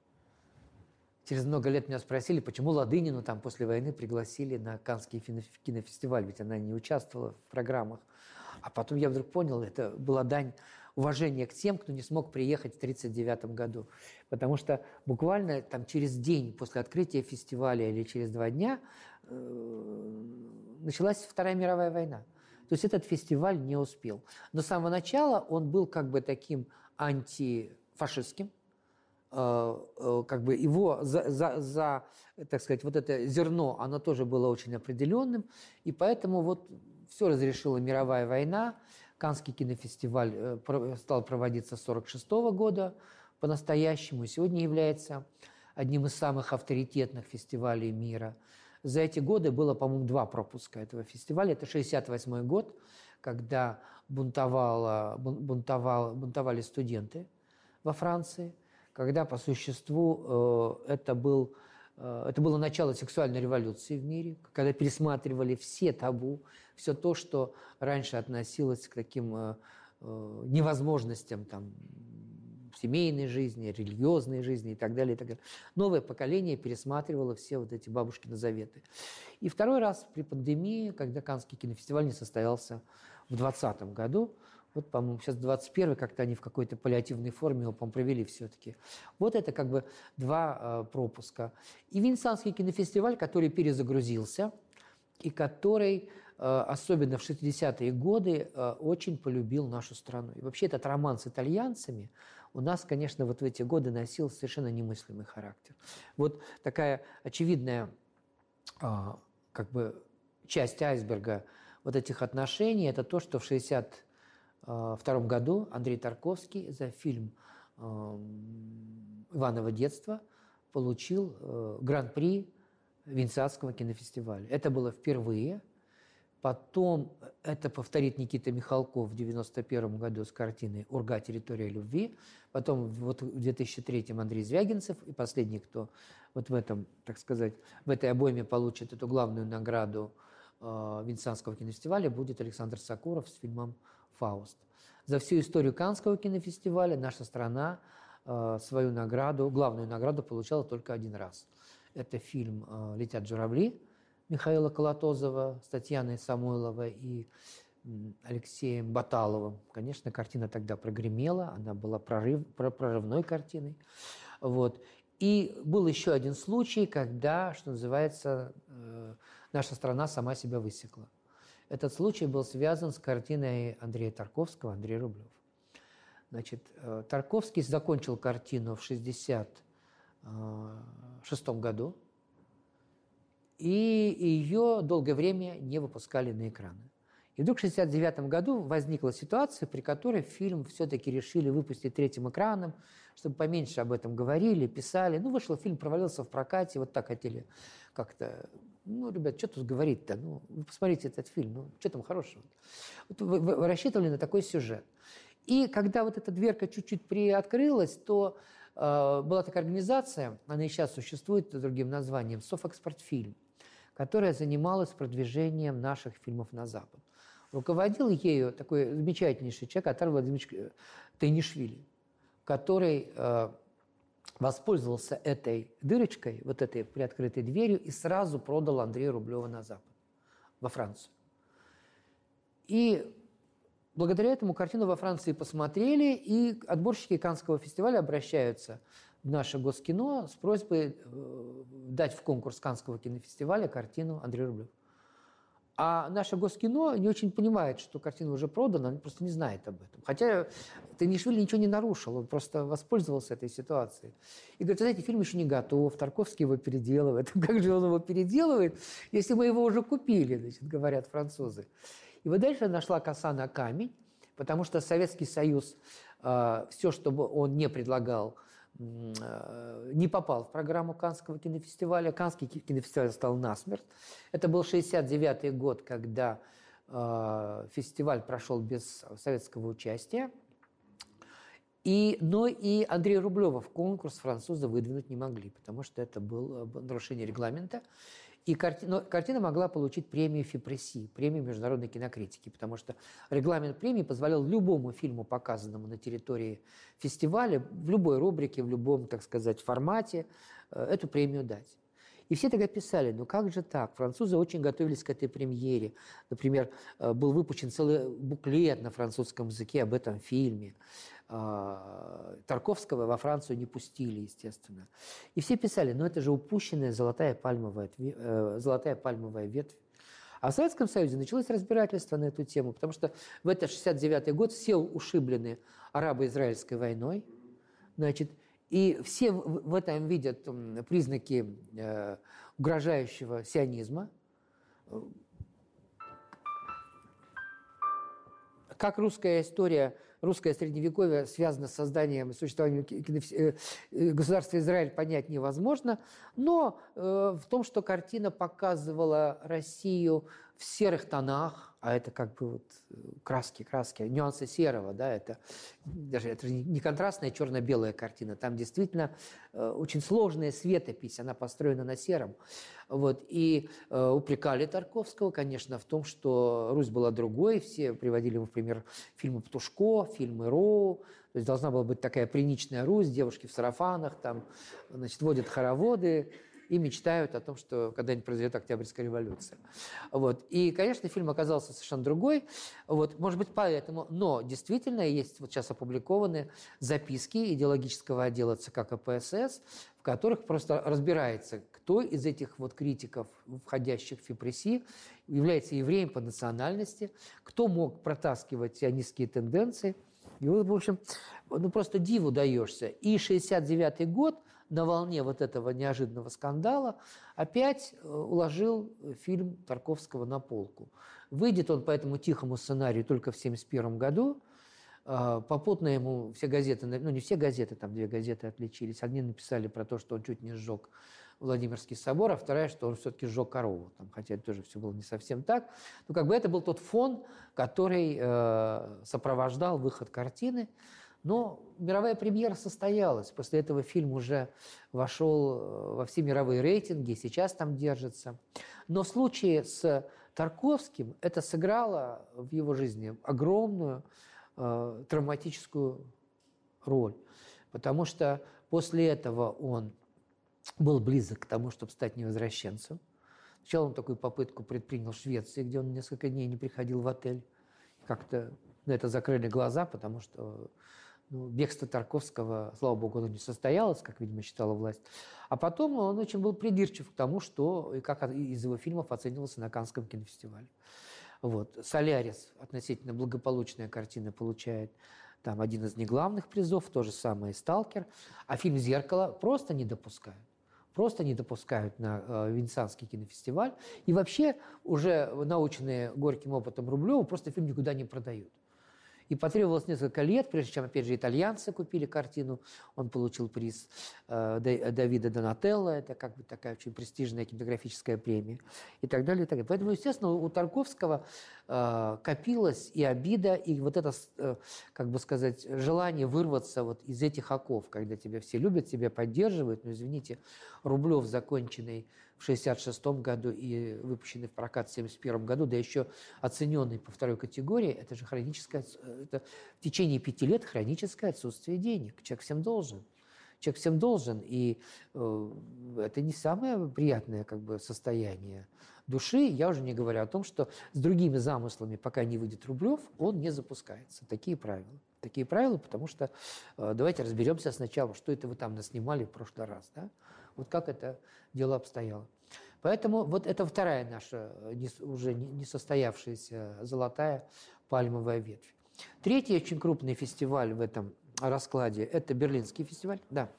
Через много лет меня спросили, почему Ладынину там после войны пригласили на Каннский кинофестиваль, ведь она не участвовала в программах. А потом я вдруг понял, это была дань уважения к тем, кто не смог приехать в тысяча девятьсот тридцать девятом году. Потому что буквально там через день после открытия фестиваля или через два дня э, началась Вторая мировая война. То есть этот фестиваль не успел. Но с самого начала он был как бы таким антифашистским. Как бы его за, за, за, так сказать, вот это зерно, оно тоже было очень определенным. И поэтому вот все разрешила мировая война. Каннский кинофестиваль стал проводиться с сорок шестого года по-настоящему. И сегодня является одним из самых авторитетных фестивалей мира. За эти годы было, по-моему, два пропуска этого фестиваля. Это шестьдесят восьмой год, когда бунтовало, бунтовало, бунтовали студенты во Франции, когда по существу э, это, был, э, это было начало сексуальной революции в мире, когда пересматривали все табу, все то, что раньше относилось к таким э, э, невозможностям там, семейной жизни, религиозной жизни и так далее, и так далее. Новое поколение пересматривало все вот эти бабушкины заветы. И второй раз при пандемии, когда Каннский кинофестиваль не состоялся в двадцатом году, вот, по-моему, сейчас двадцать первый, как-то они в какой-то паллиативной форме его, по-моему, провели все-таки. Вот это как бы два э, пропуска. И Венецианский кинофестиваль, который перезагрузился, и который, э, особенно в шестидесятые годы, э, очень полюбил нашу страну. И вообще этот роман с итальянцами у нас, конечно, вот в эти годы носил совершенно немыслимый характер. Вот такая очевидная э, как бы часть айсберга вот этих отношений – это то, что в шестьдесят втором году Андрей Тарковский за фильм э, «Иваново детство» получил э, гран-при Венецианского кинофестиваля. Это было впервые. Потом это повторит Никита Михалков в девяносто первом году с картиной «Урга. Территория любви». Потом вот в две тысячи третьем Андрей Звягинцев. И последний, кто вот в этом, так сказать, в этой обойме получит эту главную награду э, Венецианского кинофестиваля, будет Александр Сакуров с фильмом «Фауст». За всю историю Каннского кинофестиваля наша страна э, свою награду, главную награду получала только один раз. Это фильм э, «Летят журавли» Михаила Колотозова с Татьяной Самойловой и э, Алексеем Баталовым. Конечно, картина тогда прогремела, она была прорыв, прорывной картиной. Вот. И был еще один случай, когда, что называется, э, наша страна сама себя высекла. Этот случай был связан с картиной Андрея Тарковского «Андрей Рублев». Значит, Тарковский закончил картину в шестьдесят шестом году, и ее долгое время не выпускали на экраны. И вдруг в шестьдесят девятом году возникла ситуация, при которой фильм все-таки решили выпустить третьим экраном, чтобы поменьше об этом говорили, писали. Ну, вышел фильм, провалился в прокате, вот так хотели как-то... Ну, ребят, что тут говорить-то? Ну, вы посмотрите этот фильм, ну, что там хорошего? Вот вы, вы, вы рассчитывали на такой сюжет. И когда вот эта дверка чуть-чуть приоткрылась, то э, была такая организация, она и сейчас существует под другим названием, «Софэкспортфильм», которая занималась продвижением наших фильмов на Запад. Руководил ею такой замечательнейший человек, Атар Владимирович Тайнишвили, который... Э, воспользовался этой дырочкой, вот этой приоткрытой дверью, и сразу продал Андрея Рублева на Запад, во Францию. И благодаря этому картину во Франции посмотрели, и отборщики Каннского фестиваля обращаются в наше Госкино с просьбой дать в конкурс Каннского кинофестиваля картину Андрей Рублев. А наше Госкино не очень понимает, что картина уже продана, он просто не знает об этом. Хотя Тайнишвили ничего не нарушил, он просто воспользовался этой ситуацией. И говорит, знаете, фильм еще не готов, Тарковский его переделывает. Как же он его переделывает, если мы его уже купили, значит, говорят французы. И вот дальше нашла коса на камень. потому что Советский Союз, все, что бы он не предлагал, не попал в программу Каннского кинофестиваля. Каннский кинофестиваль стал насмерть. Это был шестьдесят девятый год, когда фестиваль прошел без советского участия. И, но и Андрея Рублева в конкурс французы выдвинуть не могли, потому что это было нарушение регламента. И картина, картина могла получить премию ФИПРЕССИ, премию международной кинокритики, потому что регламент премии позволял любому фильму, показанному на территории фестиваля, в любой рубрике, в любом, так сказать, формате, эту премию дать. И все тогда писали, ну как же так? Французы очень готовились к этой премьере. Например, был выпущен целый буклет на французском языке об этом фильме. Тарковского во Францию не пустили, естественно. И все писали, ну это же упущенная золотая пальмовая, золотая пальмовая ветвь. А в Советском Союзе началось разбирательство на эту тему, потому что в этот шестьдесят девятый год все ушиблены арабо-израильской войной, значит, и все в этом видят признаки угрожающего сионизма. Как русская история, русское средневековье связано с созданием и существованием государства Израиль, понять невозможно, но в том, что картина показывала Россию в серых тонах, а это как бы вот краски, краски, нюансы серого, да, это даже это же не контрастная черно-белая картина, там действительно очень сложная светопись, она построена на сером. Вот, и э, упрекали Тарковского, конечно, в том, что Русь была другой, все приводили ему в пример фильмы Птушко, фильмы Роу, то есть должна была быть такая пряничная Русь, девушки в сарафанах, там, значит, водят хороводы и мечтают о том, что когда-нибудь произойдет Октябрьская революция. Вот. И, конечно, фильм оказался совершенно другой. Вот. Может быть, поэтому. Но действительно есть вот сейчас опубликованы записки идеологического отдела ЦК КПСС, в которых просто разбирается, кто из этих вот критиков, входящих в ФИПРЕССИ, является евреем по национальности, кто мог протаскивать сионистские тенденции. И вот, в общем, ну просто диву даешься. И шестьдесят девятый год на волне вот этого неожиданного скандала опять уложил фильм Тарковского на полку. Выйдет он по этому тихому сценарию только в семьдесят первом году. Попутно ему все газеты, ну не все газеты, там две газеты отличились. Одни написали про то, что он чуть не сжег Владимирский собор, а вторая, что он все-таки сжег корову. Там, хотя это тоже все было не совсем так. Но как бы это был тот фон, который э, сопровождал выход картины. Но мировая премьера состоялась. После этого фильм уже вошел во все мировые рейтинги, сейчас там держится. Но в случае с Тарковским это сыграло в его жизни огромную э, травматическую роль. Потому что после этого он был близок к тому, чтобы стать невозвращенцем. Сначала он такую попытку предпринял в Швеции, где он несколько дней не приходил в отель. Как-то на это закрыли глаза, потому что ну, бегство Тарковского, слава богу, оно не состоялось, как, видимо, считала власть. А потом он очень был придирчив к тому, что и как из его фильмов оценивался на Каннском кинофестивале. Вот. «Солярис» относительно благополучная картина, получает там один из неглавных призов, то же самое и «Сталкер». А фильм «Зеркало» просто не допускают. Просто не допускают на э, Венецианский кинофестиваль. И вообще уже наученные горьким опытом Рублева просто фильм никуда не продают. И потребовалось несколько лет, прежде чем, опять же, итальянцы купили картину. Он получил приз э, Давида Донателло, это как бы такая очень престижная кинематографическая премия, и так далее, и так далее. Поэтому, естественно, у Тарковского э, копилась и обида, и вот это, э, как бы сказать, желание вырваться вот из этих оков, когда тебя все любят, тебя поддерживают. Но, извините, Рублев, законченный в шестьдесят шестом году и выпущенный в прокат в семьдесят первом году, да еще оцененный по второй категории, это же хроническое, это в течение пяти лет хроническое отсутствие денег. Человек всем должен. Человек всем должен, и э, это не самое приятное как бы, состояние души. Я уже не говорю о том, что с другими замыслами, пока не выйдет Рублев, он не запускается. Такие правила. Такие правила, потому что э, давайте разберемся сначала, что это вы там наснимали в прошлый раз, да? Вот как это дело обстояло. Поэтому вот это вторая наша не, уже не состоявшаяся золотая пальмовая ветвь. Третий очень крупный фестиваль в этом раскладе – это Берлинский фестиваль. Да.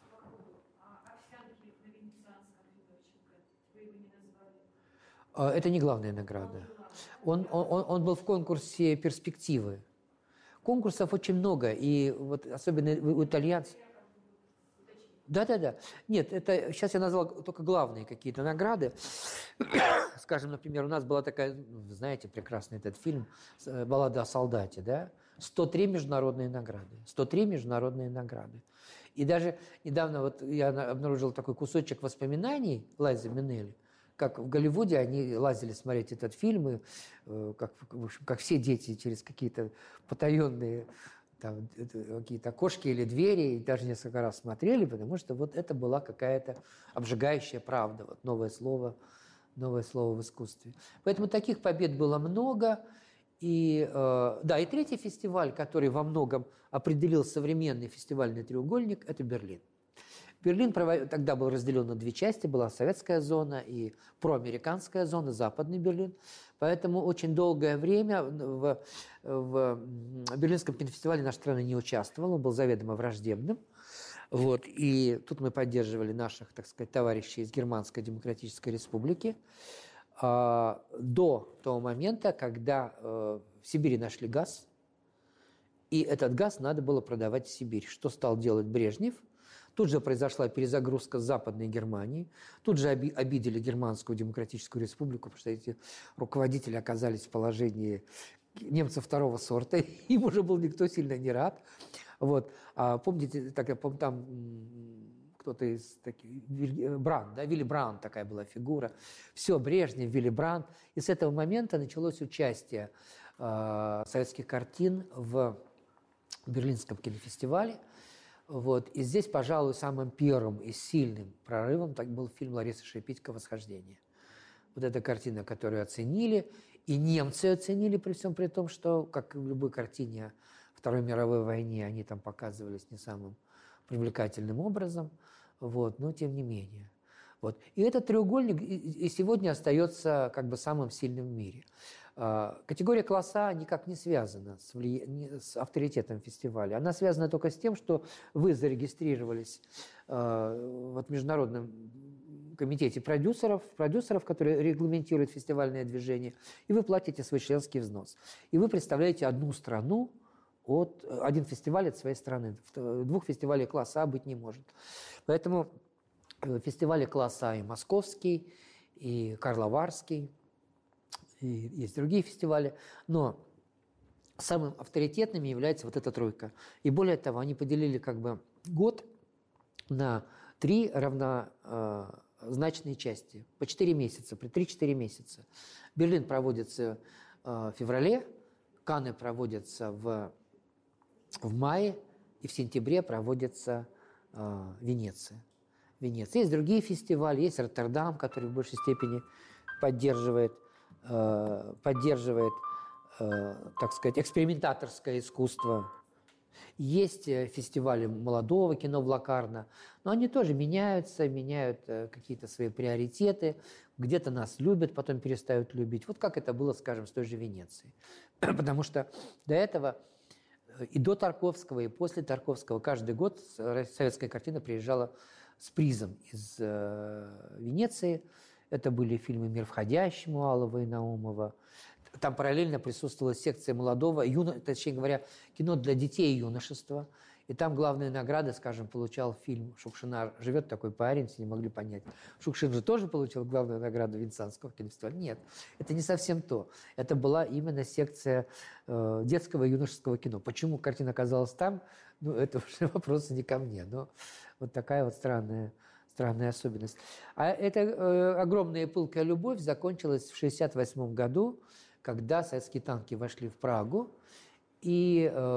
Это не главная награда. Он, он, он был в конкурсе «Перспективы». конкурсов очень много, и вот особенно у итальянцев. Да-да-да. Нет, это сейчас я назвал только главные какие-то награды. Скажем, например, у нас была такая, вы знаете, прекрасный этот фильм «Баллада о солдате», да? сто три международные награды. сто три международные награды. И даже недавно вот я обнаружил такой кусочек воспоминаний Лайзы Минелли, как в Голливуде они лазили смотреть этот фильм, и, как, в общем, как все дети через какие-то потаенные там, какие-то окошки или двери, и даже несколько раз смотрели, потому что вот это была какая-то обжигающая правда, вот новое слово, новое слово в искусстве. Поэтому таких побед было много. И, э, да, и третий фестиваль, который во многом определил современный фестивальный треугольник, это Берлин. Берлин тогда был разделен на две части, была советская зона и проамериканская зона, западный Берлин. Поэтому очень долгое время в, в Берлинском кинофестивале наша страна не участвовала, он был заведомо враждебным. Вот. И тут мы поддерживали наших, так сказать, товарищей из Германской Демократической Республики а, до того момента, когда э, в Сибири нашли газ, и этот газ надо было продавать в Сибирь. Что стал делать Брежнев? Тут же произошла перезагрузка Западной Германии. Тут же обидели Германскую Демократическую Республику, потому что эти руководители оказались в положении немцев второго сорта. Им уже был никто сильно не рад. Вот. А помните, так, я помню, там кто-то из таких... Брандт, да, Вилли Брандт такая была фигура. Все, Брежнев, Вилли Брандт. И с этого момента началось участие э, советских картин в Берлинском кинофестивале. Вот. И здесь, пожалуй, самым первым и сильным прорывом так был фильм Ларисы Шипитько «Восхождение». Вот эта картина, которую оценили, и немцы оценили, при всем при том, что, как и в любой картине о Второй мировой войне, они там показывались не самым привлекательным образом, вот, но тем не менее. Вот. И этот треугольник и сегодня остается как бы самым сильным в мире. Категория класс А никак не связана с, влия... с авторитетом фестиваля. Она связана только с тем, что вы зарегистрировались э, в Международном комитете продюсеров, продюсеров, которые регламентируют фестивальное движение, и вы платите свой членский взнос. И вы представляете одну страну, от, один фестиваль от своей страны. Двух фестивалей класса А быть не может. Поэтому фестивали класса А и Московский, и Карловарский, и есть другие фестивали, но самым авторитетными является вот эта тройка. И более того, они поделили как бы год на три равнозначные части, по четыре месяца, при три-четыре месяца. Берлин проводится в феврале, Канны проводятся в, в мае, и в сентябре проводится Венеция. Венеция. Есть другие фестивали, есть Роттердам, который в большей степени поддерживает поддерживает, так сказать, экспериментаторское искусство. Есть фестивали молодого кино в Локарно, но они тоже меняются, меняют какие-то свои приоритеты. Где-то нас любят, потом перестают любить. Вот как это было, скажем, с той же Венецией. Потому что до этого и до Тарковского, и после Тарковского каждый год советская картина приезжала с призом из Венеции. Это были фильмы «Мир входящий» Муалова и Наумова. Там параллельно присутствовала секция молодого, юно, точнее говоря, кино для детей и юношества. И там главные награды, скажем, получал фильм Шукшина «Живет такой парень», все не могли понять. Шукшин же тоже получил главную награду Венецианского кинофестиваля. Нет, это не совсем то. Это была именно секция э, детского и юношеского кино. Почему картина оказалась там, ну, это уже вопросы не ко мне. Но вот такая вот странная... Странная особенность. А эта э, огромная пылкая любовь закончилась в шестьдесят восьмом году, когда советские танки вошли в Прагу, и э,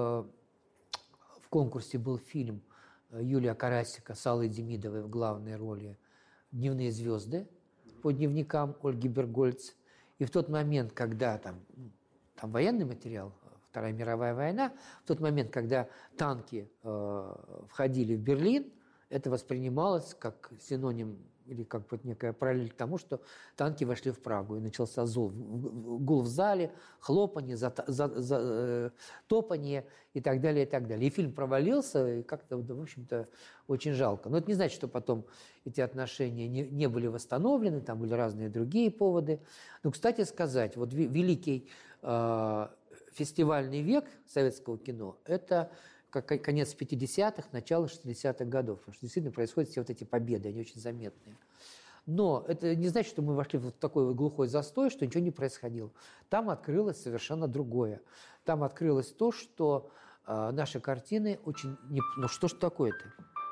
в конкурсе был фильм Юлия Карасика с Аллой Демидовой в главной роли «Дневные звезды» по дневникам Ольги Бергольц. И в тот момент, когда там, там военный материал, Вторая мировая война, в тот момент, когда танки э, входили в Берлин, это воспринималось как синоним или как вот некая параллель к тому, что танки вошли в Прагу. И начался зул, гул в зале, хлопанье, за, за, за, э, топанье и так далее, и так далее. И фильм провалился, и как-то, в общем-то, очень жалко. Но это не значит, что потом эти отношения не, не были восстановлены, там были разные другие поводы. Но, кстати сказать, вот великий э, фестивальный век советского кино – это как конец пятидесятых, начало шестидесятых годов. Потому что действительно происходят все вот эти победы, они очень заметные. Но это не значит, что мы вошли в такой вот глухой застой, что ничего не происходило. Там открылось совершенно другое. Там открылось то, что э, наши картины очень… Не... Ну что ж такое-то?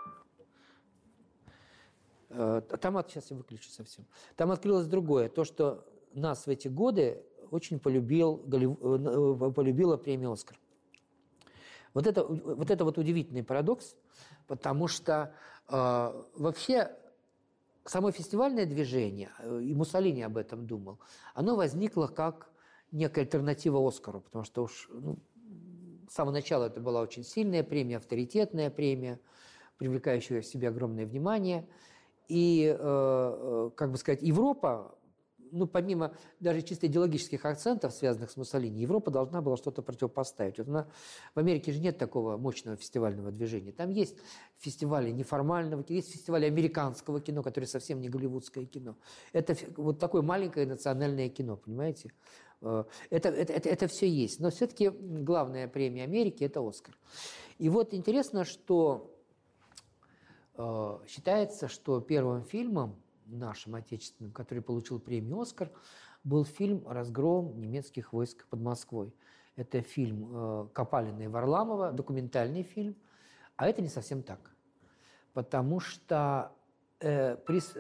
Э, там, от... сейчас я выключу совсем. Там открылось другое. То, что нас в эти годы очень полюбил, Голлив... полюбила премия «Оскар». Вот это, вот это вот удивительный парадокс, потому что э, вообще само фестивальное движение, и Муссолини об этом думал, оно возникло как некая альтернатива «Оскару», потому что уж ну, с самого начала это была очень сильная премия, авторитетная премия, привлекающая в себе огромное внимание. И, э, как бы сказать, Европа, ну, помимо даже чисто идеологических акцентов, связанных с Муссолини, Европа должна была что-то противопоставить. Вот она, в Америке же нет такого мощного фестивального движения. Там есть фестивали неформального кино, есть фестивали американского кино, которое совсем не голливудское кино. Это вот такое маленькое национальное кино, понимаете? Это, это, это, это все есть. Но все-таки главная премия Америки – это «Оскар». И вот интересно, что э, считается, что первым фильмом нашим отечественным, который получил премию «Оскар», был фильм «Разгром немецких войск под Москвой». Это фильм э, Копалина и Варламова, документальный фильм. А это не совсем так. Потому что э, приз...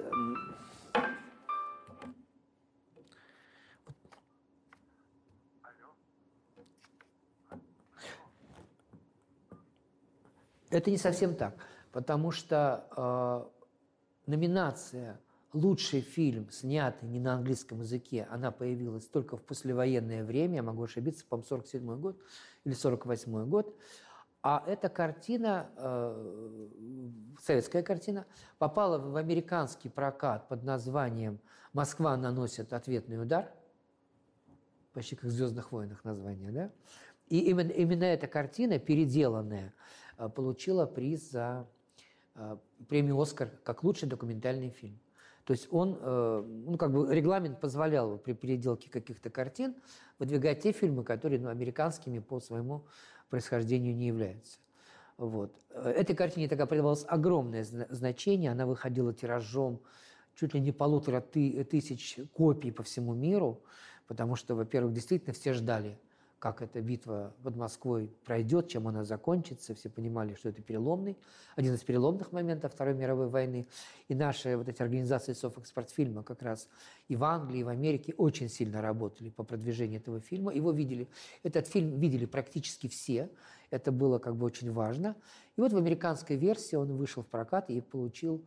Это не совсем так. Потому что э, номинация «Лучший фильм, снятый не на английском языке», она появилась только в послевоенное время, я могу ошибиться, по-моему, сорок седьмой год или сорок восьмой год. А эта картина, э, советская картина, попала в американский прокат под названием «Москва наносит ответный удар», почти как в «Звездных войнах» название, да? И именно, именно эта картина, переделанная, получила приз за э, премию «Оскар» как лучший документальный фильм. То есть он, ну, как бы регламент позволял при переделке каких-то картин выдвигать те фильмы, которые, ну, американскими по своему происхождению не являются. Вот. Этой картине тогда придавалось огромное значение, она выходила тиражом чуть ли не полутора тысяч копий по всему миру, потому что, во-первых, действительно все ждали, как эта битва под Москвой пройдет, чем она закончится. Все понимали, что это переломный, один из переломных моментов Второй мировой войны. И наши вот эти организации Софэкспортфильма как раз и в Англии, и в Америке очень сильно работали по продвижению этого фильма. Его видели, этот фильм видели практически все. Это было как бы очень важно. И вот в американской версии он вышел в прокат и получил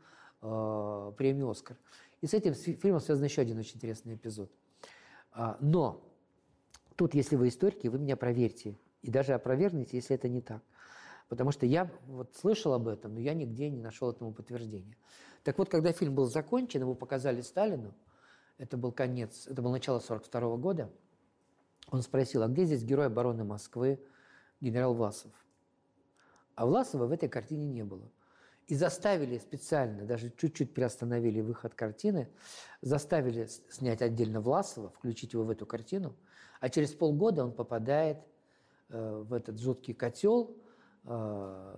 э, премию «Оскар». И с этим фильмом связан еще один очень интересный эпизод. А, но тут, если вы историки, вы меня проверьте. И даже опровергните, если это не так. Потому что я вот слышал об этом, но я нигде не нашел этому подтверждения. Так вот, когда фильм был закончен, его показали Сталину, это был конец, это было начало сорок второго года, он спросил, а где здесь герой обороны Москвы, генерал Власов? А Власова в этой картине не было. И заставили специально, даже чуть-чуть приостановили выход картины, заставили снять отдельно Власова, включить его в эту картину, а через полгода он попадает э, в этот жуткий котел, э,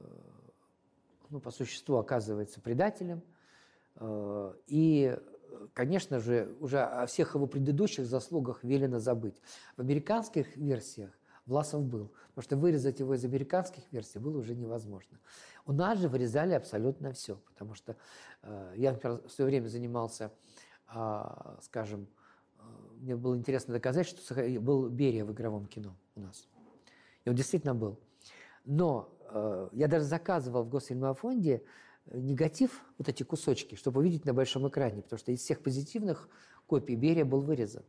ну, по существу оказывается предателем, э, и, конечно же, уже о всех его предыдущих заслугах велено забыть. В американских версиях Власов был, потому что вырезать его из американских версий было уже невозможно. У нас же вырезали абсолютно все, потому что э, я, например, в свое время занимался, э, скажем, э, мне было интересно доказать, что был Берия в игровом кино у нас. И он действительно был. Но э, я даже заказывал в Госфильмофонде негатив, вот эти кусочки, чтобы увидеть на большом экране, потому что из всех позитивных копий Берия был вырезан.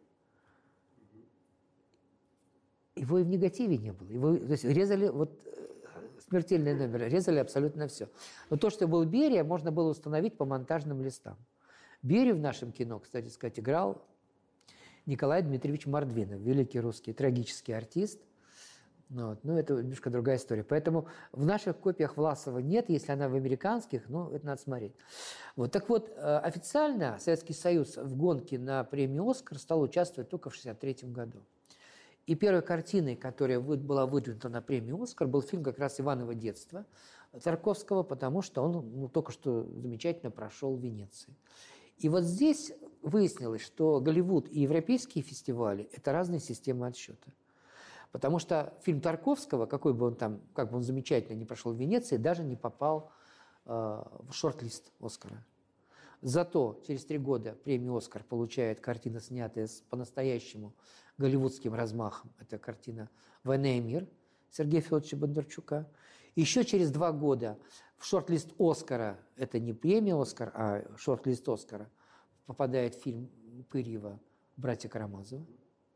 Его и в негативе не было. Его, то есть резали, вот смертельный номер, резали абсолютно все. Но то, что был Берия, можно было установить по монтажным листам. Берию в нашем кино, кстати сказать, играл Николай Дмитриевич Мордвинов, великий русский трагический артист. Вот. Ну, это немножко другая история. Поэтому в наших копиях Власова нет, если она в американских, ну, это надо смотреть. Вот. Так вот, официально Советский Союз в гонке на премию «Оскар» стал участвовать только в шестьдесят третьем году. И первой картиной, которая была выдвинута на премию «Оскар», был фильм как раз «Иваново детство» Тарковского, потому что он ну, только что замечательно прошел в Венеции. И вот здесь выяснилось, что Голливуд и европейские фестивали – это разные системы отсчета. Потому что фильм Тарковского, какой бы он там, как бы он замечательно не прошел в Венеции, даже не попал э, в шорт-лист «Оскара». Зато через три года премию «Оскар» получает картина, снятая с по-настоящему голливудским размахом. Это картина «Война и мир» Сергея Федоровича Бондарчука. Еще через два года в шорт-лист «Оскара», это не премия «Оскар», а шорт-лист «Оскара», попадает фильм Пырьева «Братья Карамазовы».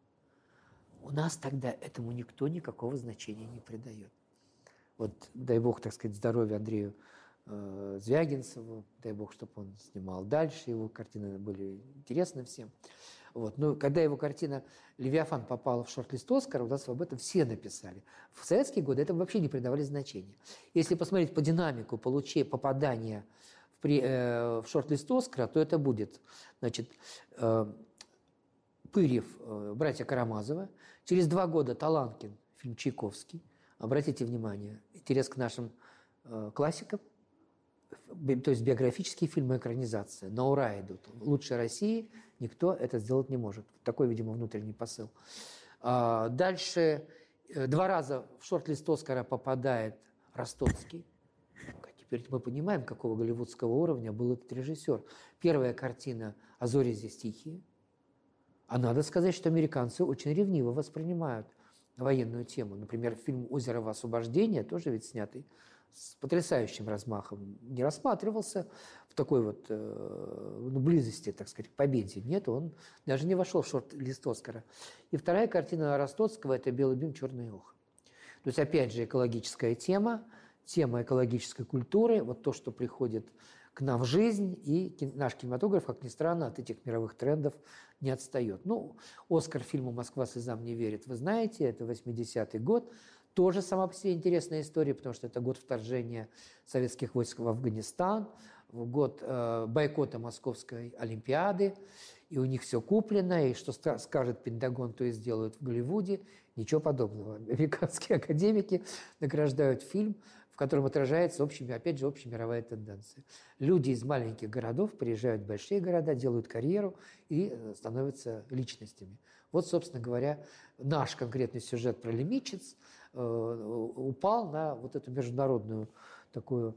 У нас тогда этому никто никакого значения не придает. Вот дай бог, так сказать, здоровья Андрею э, Звягинцеву, дай бог, чтобы он снимал дальше, его картины были интересны всем. Вот. Но когда его картина «Левиафан» попала в шорт-лист «Оскара», у нас об этом все написали. В советские годы этому вообще не придавали значения. Если посмотреть по динамику получения попадания в, при, э, в шорт-лист «Оскара», то это будет, значит, э, Пырьев, э, «Братья Карамазовы». Через два года Таланкин, фильм «Чайковский». Обратите внимание, интерес к нашим э, классикам, то есть биографические фильмы, экранизация. На ура идут. Лучше России никто это сделать не может. Такой, видимо, внутренний посыл. А дальше э, два раза в шорт-лист «Оскара» попадает Ростоцкий. Теперь мы понимаем, какого голливудского уровня был этот режиссер. Первая картина «А зори здесь тихие». А надо сказать, что американцы очень ревниво воспринимают военную тему. Например, фильм «Озеро освобождения», тоже ведь снятый с потрясающим размахом, не рассматривался в такой вот э, ну, близости, так сказать, к победе. Нет, он даже не вошел в шорт-лист «Оскара». И вторая картина Ростоцкого – это «Белый бим, черное ухо». То есть, опять же, экологическая тема, тема экологической культуры, вот то, что приходит к нам в жизнь, и наш кинематограф, как ни странно, от этих мировых трендов не отстает. Ну, «Оскар» фильму «Москва слезам не верит», вы знаете, это восьмидесятый год. Тоже сама по себе интересная история, потому что это год вторжения советских войск в Афганистан, год э, бойкота Московской Олимпиады, и у них все куплено, и что скажет Пентагон, то и сделают в Голливуде. Ничего подобного. Американские академики награждают фильм, в котором отражается, общими, опять же, общемировая тенденция. Люди из маленьких городов приезжают в большие города, делают карьеру и становятся личностями. Вот, собственно говоря, наш конкретный сюжет про Лемичиц э, упал на вот эту международную такую,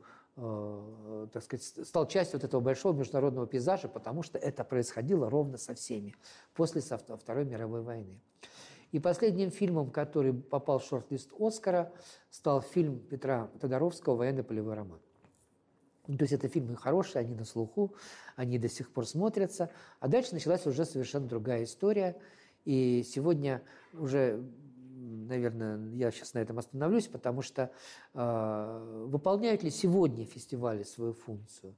э, так сказать, стал частью вот этого большого международного пейзажа, потому что это происходило ровно со всеми после Второй мировой войны. И последним фильмом, который попал в шорт-лист «Оскара», стал фильм Петра Тодоровского «Военно-полевой роман». То есть это фильмы хорошие, они на слуху, они до сих пор смотрятся. А дальше началась уже совершенно другая история. И сегодня уже, наверное, я сейчас на этом остановлюсь, потому что э, выполняют ли сегодня фестивали свою функцию?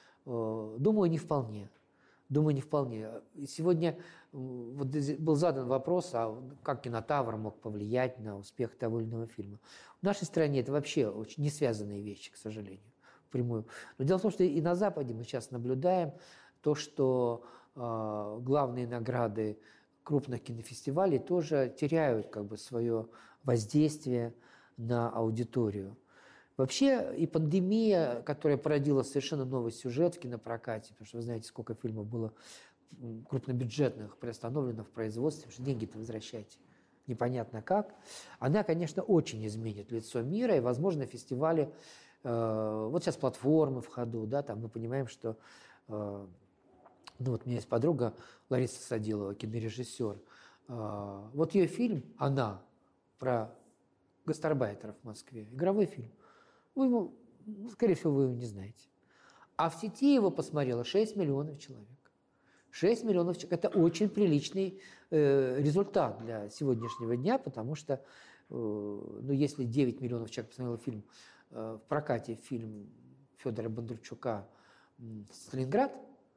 Э, думаю, не вполне. Думаю, не вполне. Сегодня вот был задан вопрос, а как кинотавр мог повлиять на успех того или иного фильма. В нашей стране это вообще очень не связанные вещи, к сожалению, впрямую. Но дело в том, что и на Западе мы сейчас наблюдаем то, что э, главные награды крупных кинофестивалей тоже теряют как бы свое воздействие на аудиторию. Вообще и пандемия, которая породила совершенно новый сюжет в кинопрокате, потому что вы знаете, сколько фильмов было крупнобюджетных приостановлено в производстве, потому что деньги-то возвращайте непонятно как, она, конечно, очень изменит лицо мира, и, возможно, фестивали, э, вот сейчас платформы в ходу, да, там мы понимаем, что, э, ну вот у меня есть подруга Лариса Садилова, кинорежиссер, э, вот ее фильм «Она» про гастарбайтеров в Москве, игровой фильм, вы его, скорее всего, вы его не знаете. А в сети его посмотрело шесть миллионов человек. шесть миллионов человек – это очень приличный э, результат для сегодняшнего дня, потому что, э, ну, если девять миллионов человек посмотрело фильм, э, в прокате фильм Федора Бондарчука «Сталинград»,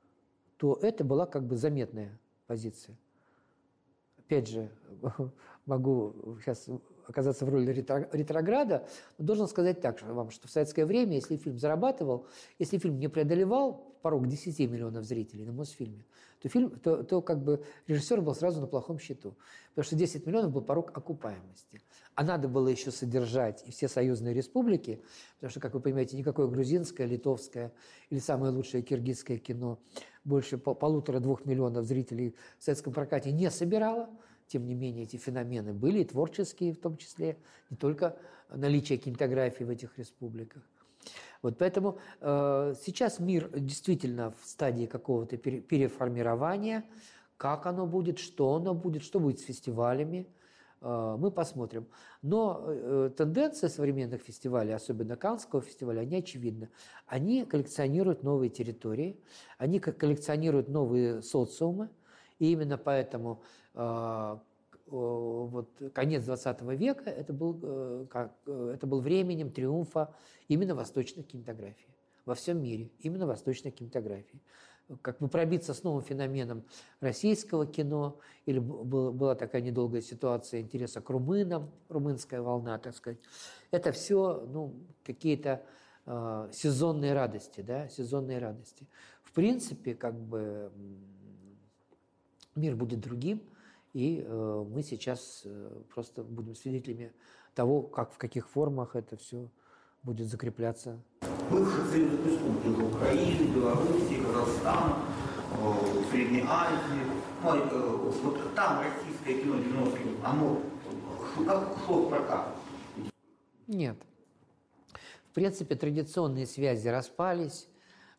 то это была как бы заметная позиция. Опять же, могу сейчас оказаться в роли ретрограда, но должен сказать так, что вам, что в советское время, если фильм зарабатывал, если фильм не преодолевал порог десяти миллионов зрителей на Мосфильме, то, фильм, то, то как бы режиссер был сразу на плохом счету. Потому что десять миллионов был порог окупаемости. А надо было еще содержать и все союзные республики, потому что, как вы понимаете, никакое грузинское, литовское или самое лучшее киргизское кино больше полутора-двух миллионов зрителей в советском прокате не собирало. Тем не менее, эти феномены были, и творческие в том числе, не только наличие кинематографии в этих республиках. Вот поэтому э, сейчас мир действительно в стадии какого-то пере, переформирования. Как оно будет, что оно будет, что будет с фестивалями, э, мы посмотрим. Но э, тенденция современных фестивалей, особенно Каннского фестиваля, они очевидны. Они коллекционируют новые территории, они коллекционируют новые социумы, и именно поэтому э, вот конец двадцатого века это был, э, как, э, это был временем триумфа именно восточной кинематографии во всем мире, именно восточной кинематографии. Как бы пробиться с новым феноменом российского кино, или был, была такая недолгая ситуация интереса к румынам, румынская волна, так сказать. Это все ну, какие-то э, сезонные радости, да, сезонные радости. В принципе, как бы мир будет другим, и э, мы сейчас э, просто будем свидетелями того, как, в каких формах это все будет закрепляться. Бывших союзных республик Украины, Белоруссии, Казахстана, э, Средней Азии. Ну, э, вот там российское кино девяностых, оно как шло в прокат? Нет. В принципе, традиционные связи распались.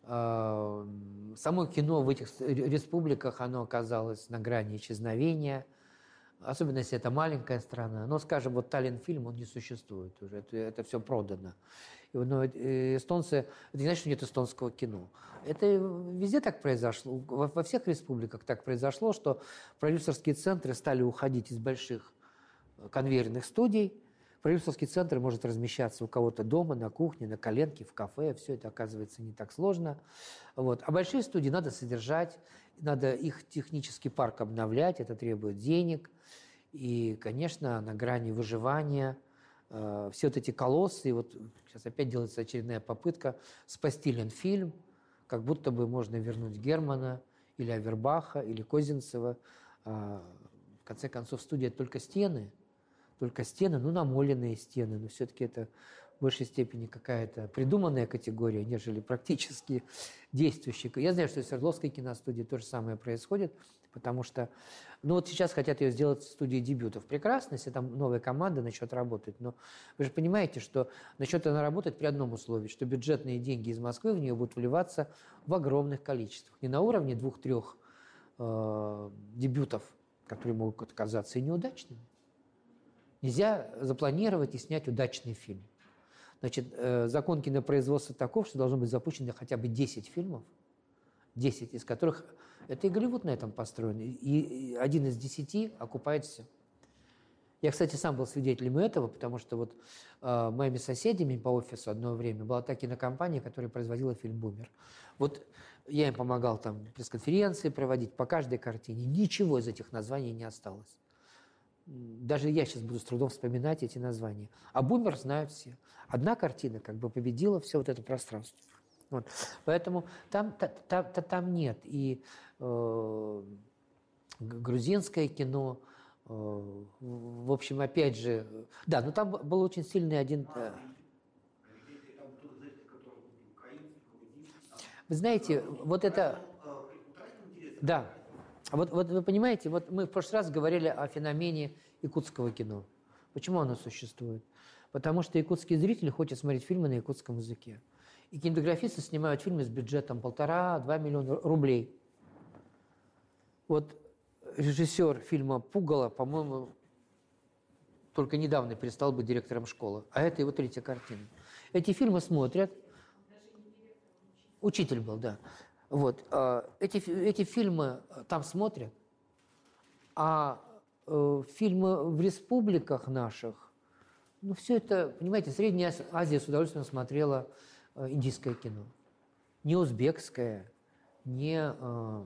Само кино в этих республиках, оно оказалось на грани исчезновения. Особенно, если это маленькая страна. Но, скажем, вот Таллинфильм, он не существует уже. Это, это все продано. Но эстонцы, это не значит, что нет эстонского кино. Это везде так произошло. Во, во всех республиках так произошло, что продюсерские центры стали уходить из больших конвейерных студий. Продюсерский центр может размещаться у кого-то дома, на кухне, на коленке, в кафе. Все это, оказывается, не так сложно. Вот. А большие студии надо содержать, надо их технический парк обновлять, это требует денег. И, конечно, на грани выживания э, все вот эти колоссы, и вот сейчас опять делается очередная попытка спасти Ленфильм, как будто бы можно вернуть Германа или Авербаха, или Козинцева. А, в конце концов, студия это только стены, только стены, ну, намоленные стены, но все-таки это в большей степени какая-то придуманная категория, нежели практически действующая. Я знаю, что в Свердловской киностудии то же самое происходит, потому что, ну, вот сейчас хотят ее сделать студией дебютов. Прекрасно, если там новая команда начнет работать, но вы же понимаете, что начнет она работать при одном условии, что бюджетные деньги из Москвы в нее будут вливаться в огромных количествах. Не на уровне двух-трех э, дебютов, которые могут оказаться и неудачными. Нельзя запланировать и снять удачный фильм. Значит, э, закон кинопроизводства таков, что должно быть запущено хотя бы десять фильмов, десять из которых... Это и Голливуд на этом построен. И один из десяти окупает все. Я, кстати, сам был свидетелем этого, потому что вот э, моими соседями по офису одно время была та кинокомпания, которая производила фильм «Бумер». Вот я им помогал там пресс-конференции проводить по каждой картине. Ничего из этих названий не осталось. Даже я сейчас буду с трудом вспоминать эти названия. А «Бумер» знают все. Одна картина как бы победила все вот это пространство. Вот. Поэтому там, та, та, та, там нет. И э, грузинское кино, э, в общем, опять же... Да, но там был очень сильный один... Э, вы знаете, вот это... Да. Вот, вот вы понимаете, вот мы в прошлый раз говорили о феномене якутского кино. Почему оно существует? Потому что якутские зрители хотят смотреть фильмы на якутском языке. И кинематографисты снимают фильмы с бюджетом полтора-два миллиона рублей. Вот режиссер фильма «Пугало», по-моему, только недавно перестал быть директором школы. А это его третья картина. Эти фильмы смотрят. Учитель был, да. Вот. Эти, эти фильмы там смотрят, а э, фильмы в республиках наших, ну, все это, понимаете, Средняя Азия с удовольствием смотрела э, индийское кино. Не узбекское, не э,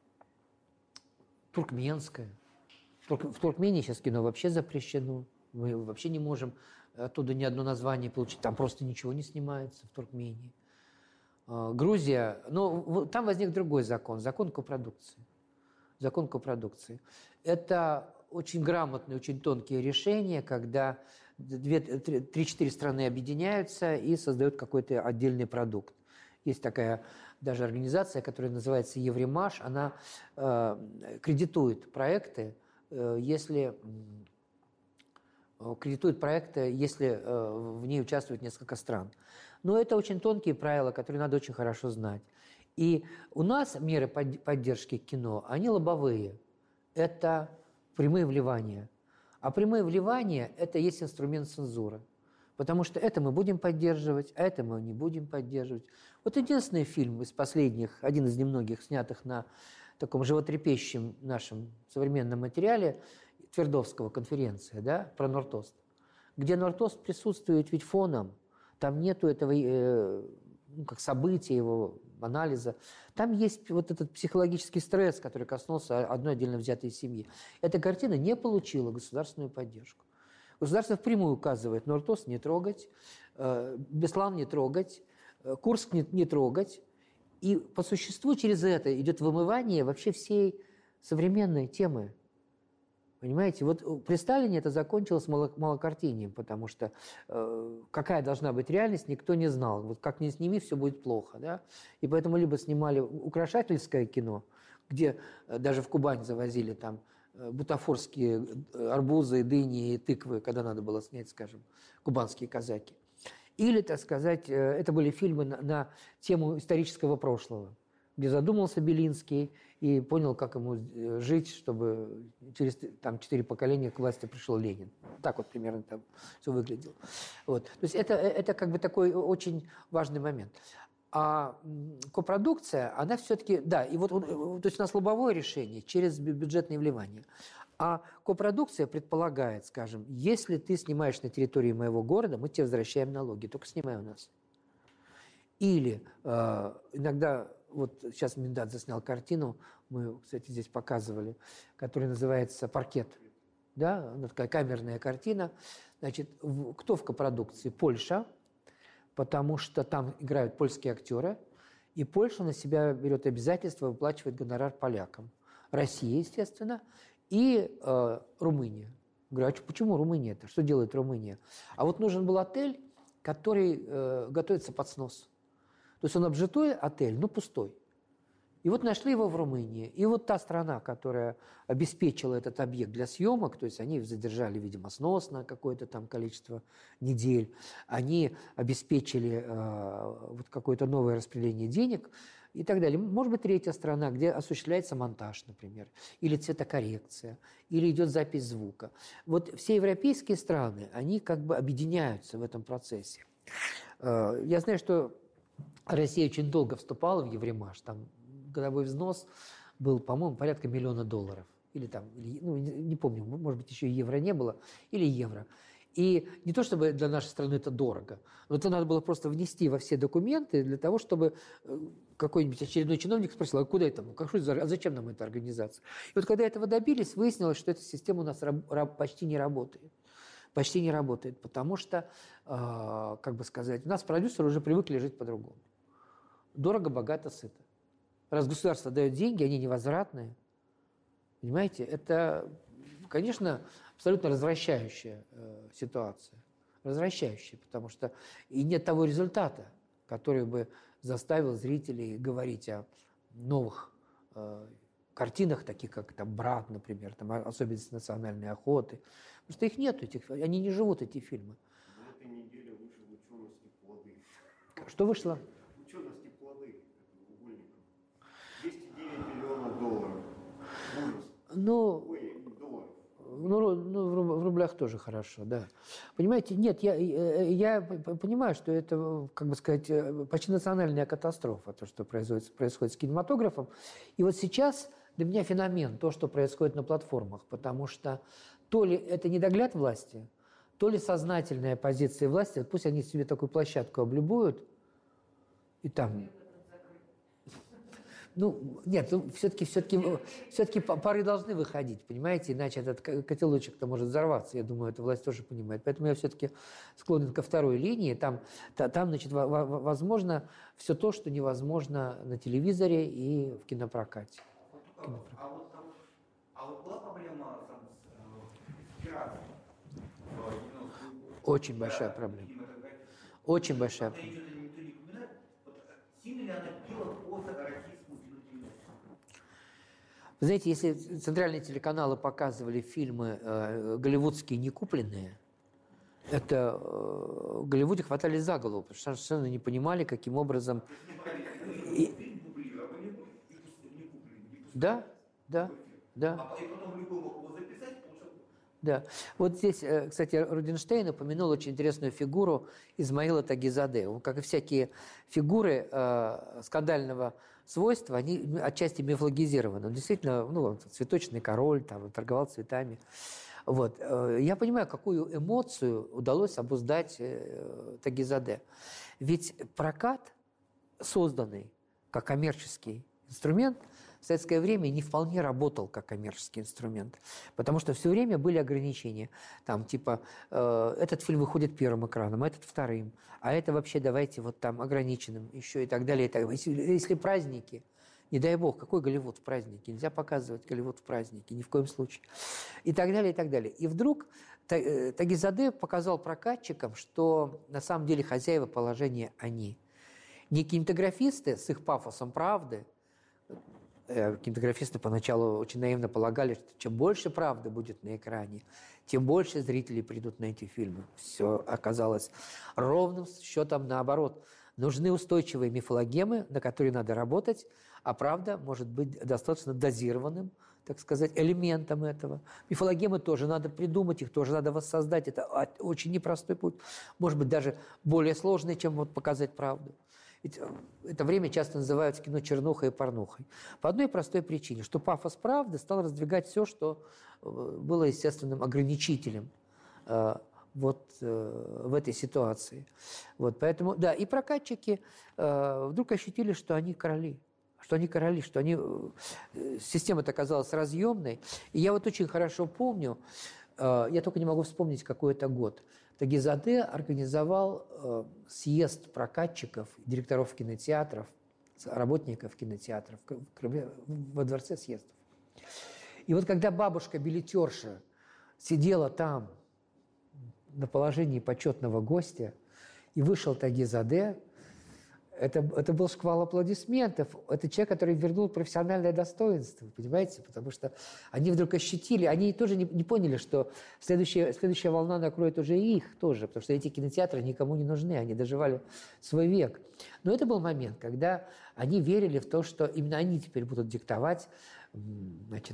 туркменское. В, Турк, в Туркмении сейчас кино вообще запрещено. Мы вообще не можем оттуда ни одно название получить. Там просто ничего не снимается в Туркмении. Грузия, ну, там возник другой закон, закон копродукции. Закон копродукции. Это очень грамотные, очень тонкие решения, когда три-четыре страны объединяются и создают какой-то отдельный продукт. Есть такая даже организация, которая называется Евремаш, она э, кредитует проекты, э, если э, кредитует проекты, если э, в ней участвует несколько стран. Но это очень тонкие правила, которые надо очень хорошо знать. И у нас меры поддержки кино, они лобовые. Это прямые вливания. А прямые вливания – это есть инструмент цензуры. Потому что это мы будем поддерживать, а это мы не будем поддерживать. Вот единственный фильм из последних, один из немногих, снятых на таком животрепещущем нашем современном материале Твердовского «Конференция», да, про Нортост, где Нортост присутствует ведь фоном, там нету этого э, ну, как события, его анализа. Там есть вот этот психологический стресс, который коснулся одной отдельно взятой семьи. Эта картина не получила государственную поддержку. Государство впрямую указывает: Нортост не трогать, э, Беслан не трогать, э, Курск не, не трогать. И по существу через это идет вымывание вообще всей современной темы. Понимаете? Вот при Сталине это закончилось малокартинием, потому что э, какая должна быть реальность, никто не знал. Вот как ни сними, все будет плохо. Да? И поэтому либо снимали украшательское кино, где э, даже в Кубань завозили там бутафорские арбузы, дыни и тыквы, когда надо было снять, скажем, кубанские казаки. Или, так сказать, это были фильмы на, на тему исторического прошлого, где задумался Белинский и понял, как ему жить, чтобы через там, четыре поколения к власти пришел Ленин. Так вот примерно там все выглядело. Вот. То есть это, это как бы такой очень важный момент. А копродукция, она все-таки, да, и вот то есть у нас лобовое решение через бюджетные вливания. А копродукция предполагает, скажем, если ты снимаешь на территории моего города, мы тебе возвращаем налоги, только снимай у нас. Или э, иногда, вот сейчас Миндат заснял картину, мы, кстати, здесь показывали, которая называется «Паркет». Да, она такая камерная картина. Значит, в, кто в копродукции? Польша. Потому что там играют польские актеры, и Польша на себя берет обязательство выплачивать гонорар полякам. Россия, естественно, и э, Румыния. Говорю, а почему Румыния-то? Что делает Румыния? А вот нужен был отель, который э, готовится под снос. То есть он обжитой отель, но пустой. И вот нашли его в Румынии. И вот та страна, которая обеспечила этот объект для съемок, то есть они задержали, видимо, снос на какое-то там количество недель, они обеспечили э, вот какое-то новое распределение денег и так далее. Может быть, третья страна, где осуществляется монтаж, например, или цветокоррекция, или идет запись звука. Вот все европейские страны, они как бы объединяются в этом процессе. Э, я знаю, что Россия очень долго вступала в Евремаш, там годовой взнос был, по-моему, порядка миллиона долларов. Или там, или, ну, не, не помню, может быть, еще и евро не было, или евро. И не то, чтобы для нашей страны это дорого, но это надо было просто внести во все документы для того, чтобы какой-нибудь очередной чиновник спросил, а куда это? Ну, как, а зачем нам эта организация? И вот когда этого добились, выяснилось, что эта система у нас раб, раб, почти не работает. Почти не работает, потому что, э, как бы сказать, у нас продюсеры уже привыкли жить по-другому. Дорого, богато, сыто. Раз государство дает деньги, они невозвратные. Понимаете, это, конечно, абсолютно развращающая э, ситуация. Развращающая, потому что и нет того результата, который бы заставил зрителей говорить о новых э, картинах, таких как там «Брат», например, там, особенности национальной охоты. Потому что их нет, этих, они не живут, эти фильмы. На этой неделе вышел «Ученость и плоды». Что вышло? «Ученость и плоды» Угольников. двести девять миллионов долларов. Ужас. Ну, Ой, долларов. Ну, ну, в рублях тоже хорошо, да. Понимаете, нет, я, я понимаю, что это, как бы сказать, почти национальная катастрофа, то, что происходит, происходит с кинематографом. И вот сейчас для меня феномен то, что происходит на платформах, потому что то ли это недогляд власти, то ли сознательная позиция власти, пусть они себе такую площадку облюбуют, и там... Ну, нет, ну, все-таки все-таки все-таки пары должны выходить, понимаете, иначе этот котелочек-то может взорваться. Я думаю, эта власть тоже понимает. Поэтому я все-таки склонен ко второй линии. Там, там значит, возможно все то, что невозможно на телевизоре и в кинопрокате. А вот, а вот, а вот была проблема там, с пиратством? Очень большая проблема. Очень большая проблема. Сильно ли она била по российскому кино? Вы знаете, если центральные телеканалы показывали фильмы э, голливудские некупленные, это э, в Голливуде хватали за голову, потому что совершенно не понимали, каким образом... И... Да, да, да. Да. Вот здесь, кстати, Рубинштейн упомянул очень интересную фигуру Исмаила Тагизаде. Он, как и всякие фигуры э, скандального свойства, они отчасти мифологизированы. Он действительно, ну, цветочный король, там, торговал цветами. Вот. Я понимаю, какую эмоцию удалось обуздать э, Тагизаде. Ведь прокат, созданный как коммерческий инструмент, в советское время не вполне работал как коммерческий инструмент, потому что все время были ограничения. Там типа э, этот фильм выходит первым экраном, а этот вторым, а это вообще давайте вот там ограниченным еще и так далее. И так далее. Если, если праздники, не дай бог, какой Голливуд в празднике? Нельзя показывать Голливуд в празднике, ни в коем случае. И так далее, и так далее. И вдруг Тагизаде показал прокатчикам, что на самом деле хозяева положения они. Не кинематографисты с их пафосом правды. Кинематографисты поначалу очень наивно полагали, что чем больше правды будет на экране, тем больше зрителей придут на эти фильмы. Все оказалось ровным счетом наоборот. Нужны устойчивые мифологемы, на которые надо работать, а правда может быть достаточно дозированным, так сказать, элементом этого. Мифологемы тоже надо придумать, их тоже надо воссоздать. Это очень непростой путь. Может быть, даже более сложный, чем вот показать правду. Ведь это время часто называют в кино чернухой и порнухой. По одной простой причине, что пафос правды стал раздвигать все, что было естественным ограничителем э, вот э, в этой ситуации. Вот, поэтому, да, и прокатчики э, вдруг ощутили, что они короли. Что они короли, что они... Э, система-то оказалась разъемной. И я вот очень хорошо помню, э, я только не могу вспомнить, какой это год, Тагизаде организовал э, съезд прокатчиков, директоров кинотеатров, работников кинотеатров во дворце съездов. И вот когда бабушка-билетерша сидела там на положении почетного гостя, и вышел Тагизаде, это, это был шквал аплодисментов. Это человек, который вернул профессиональное достоинство, понимаете? Потому что они вдруг ощутили, они тоже не, не поняли, что следующая, следующая волна накроет уже их тоже, потому что эти кинотеатры никому не нужны, они доживали свой век. Но это был момент, когда они верили в то, что именно они теперь будут диктовать, значит,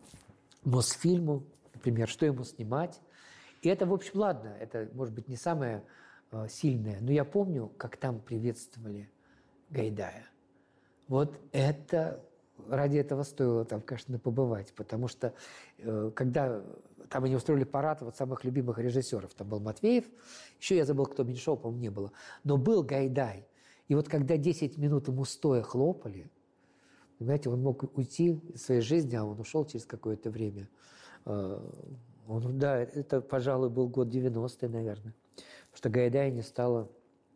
Мосфильму, например, что ему снимать. И это, в общем, ладно, это, может быть, не самое э, сильное, но я помню, как там приветствовали Гайдая. Вот это, ради этого стоило там, конечно, побывать, потому что э, когда там они устроили парад вот самых любимых режиссеров, там был Матвеев, еще я забыл, кто Меньшов, по-моему, не было, но был Гайдай. И вот когда десять минут ему стоя хлопали, понимаете, он мог уйти из своей жизни, а он ушел через какое-то время. Э, он, да, это, пожалуй, был год девяностый, наверное, потому что Гайдая не стало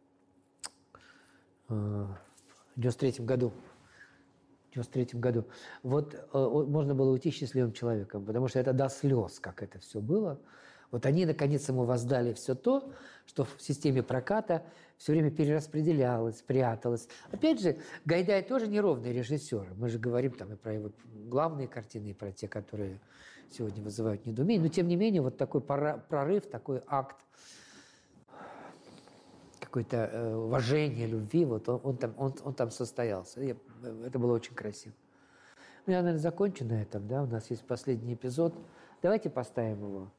в девяносто третьем году. В девяносто третьем году. Вот э, можно было уйти счастливым человеком, потому что это до слез, как это все было. Вот они, наконец, ему воздали все то, что в системе проката все время перераспределялось, пряталось. Опять же, Гайдай тоже неровный режиссер. Мы же говорим там и про его главные картины, и про те, которые сегодня вызывают недоумение. Но, тем не менее, вот такой прорыв, такой акт какое-то э, уважение, любви, вот он, он, там, он, он там состоялся. И это было очень красиво. Ну, я, наверное, закончу на этом, да, у нас есть последний эпизод. Давайте поставим его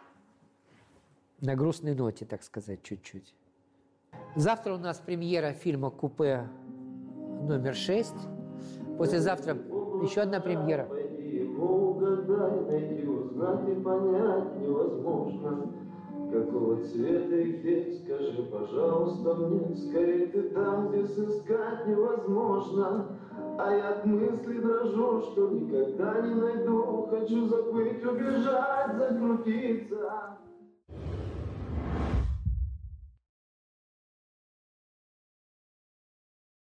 на грустной ноте, так сказать, чуть-чуть. Завтра у нас премьера фильма «Купе номер шесть». Послезавтра еще одна премьера. Угадай, найти, узнать и понять невозможно. Какого цвета эффект, скажи, пожалуйста, мне. Скорее ты там, где сыскать невозможно. А я от мысли дрожу, что никогда не найду. Хочу забыть, убежать, закрутиться.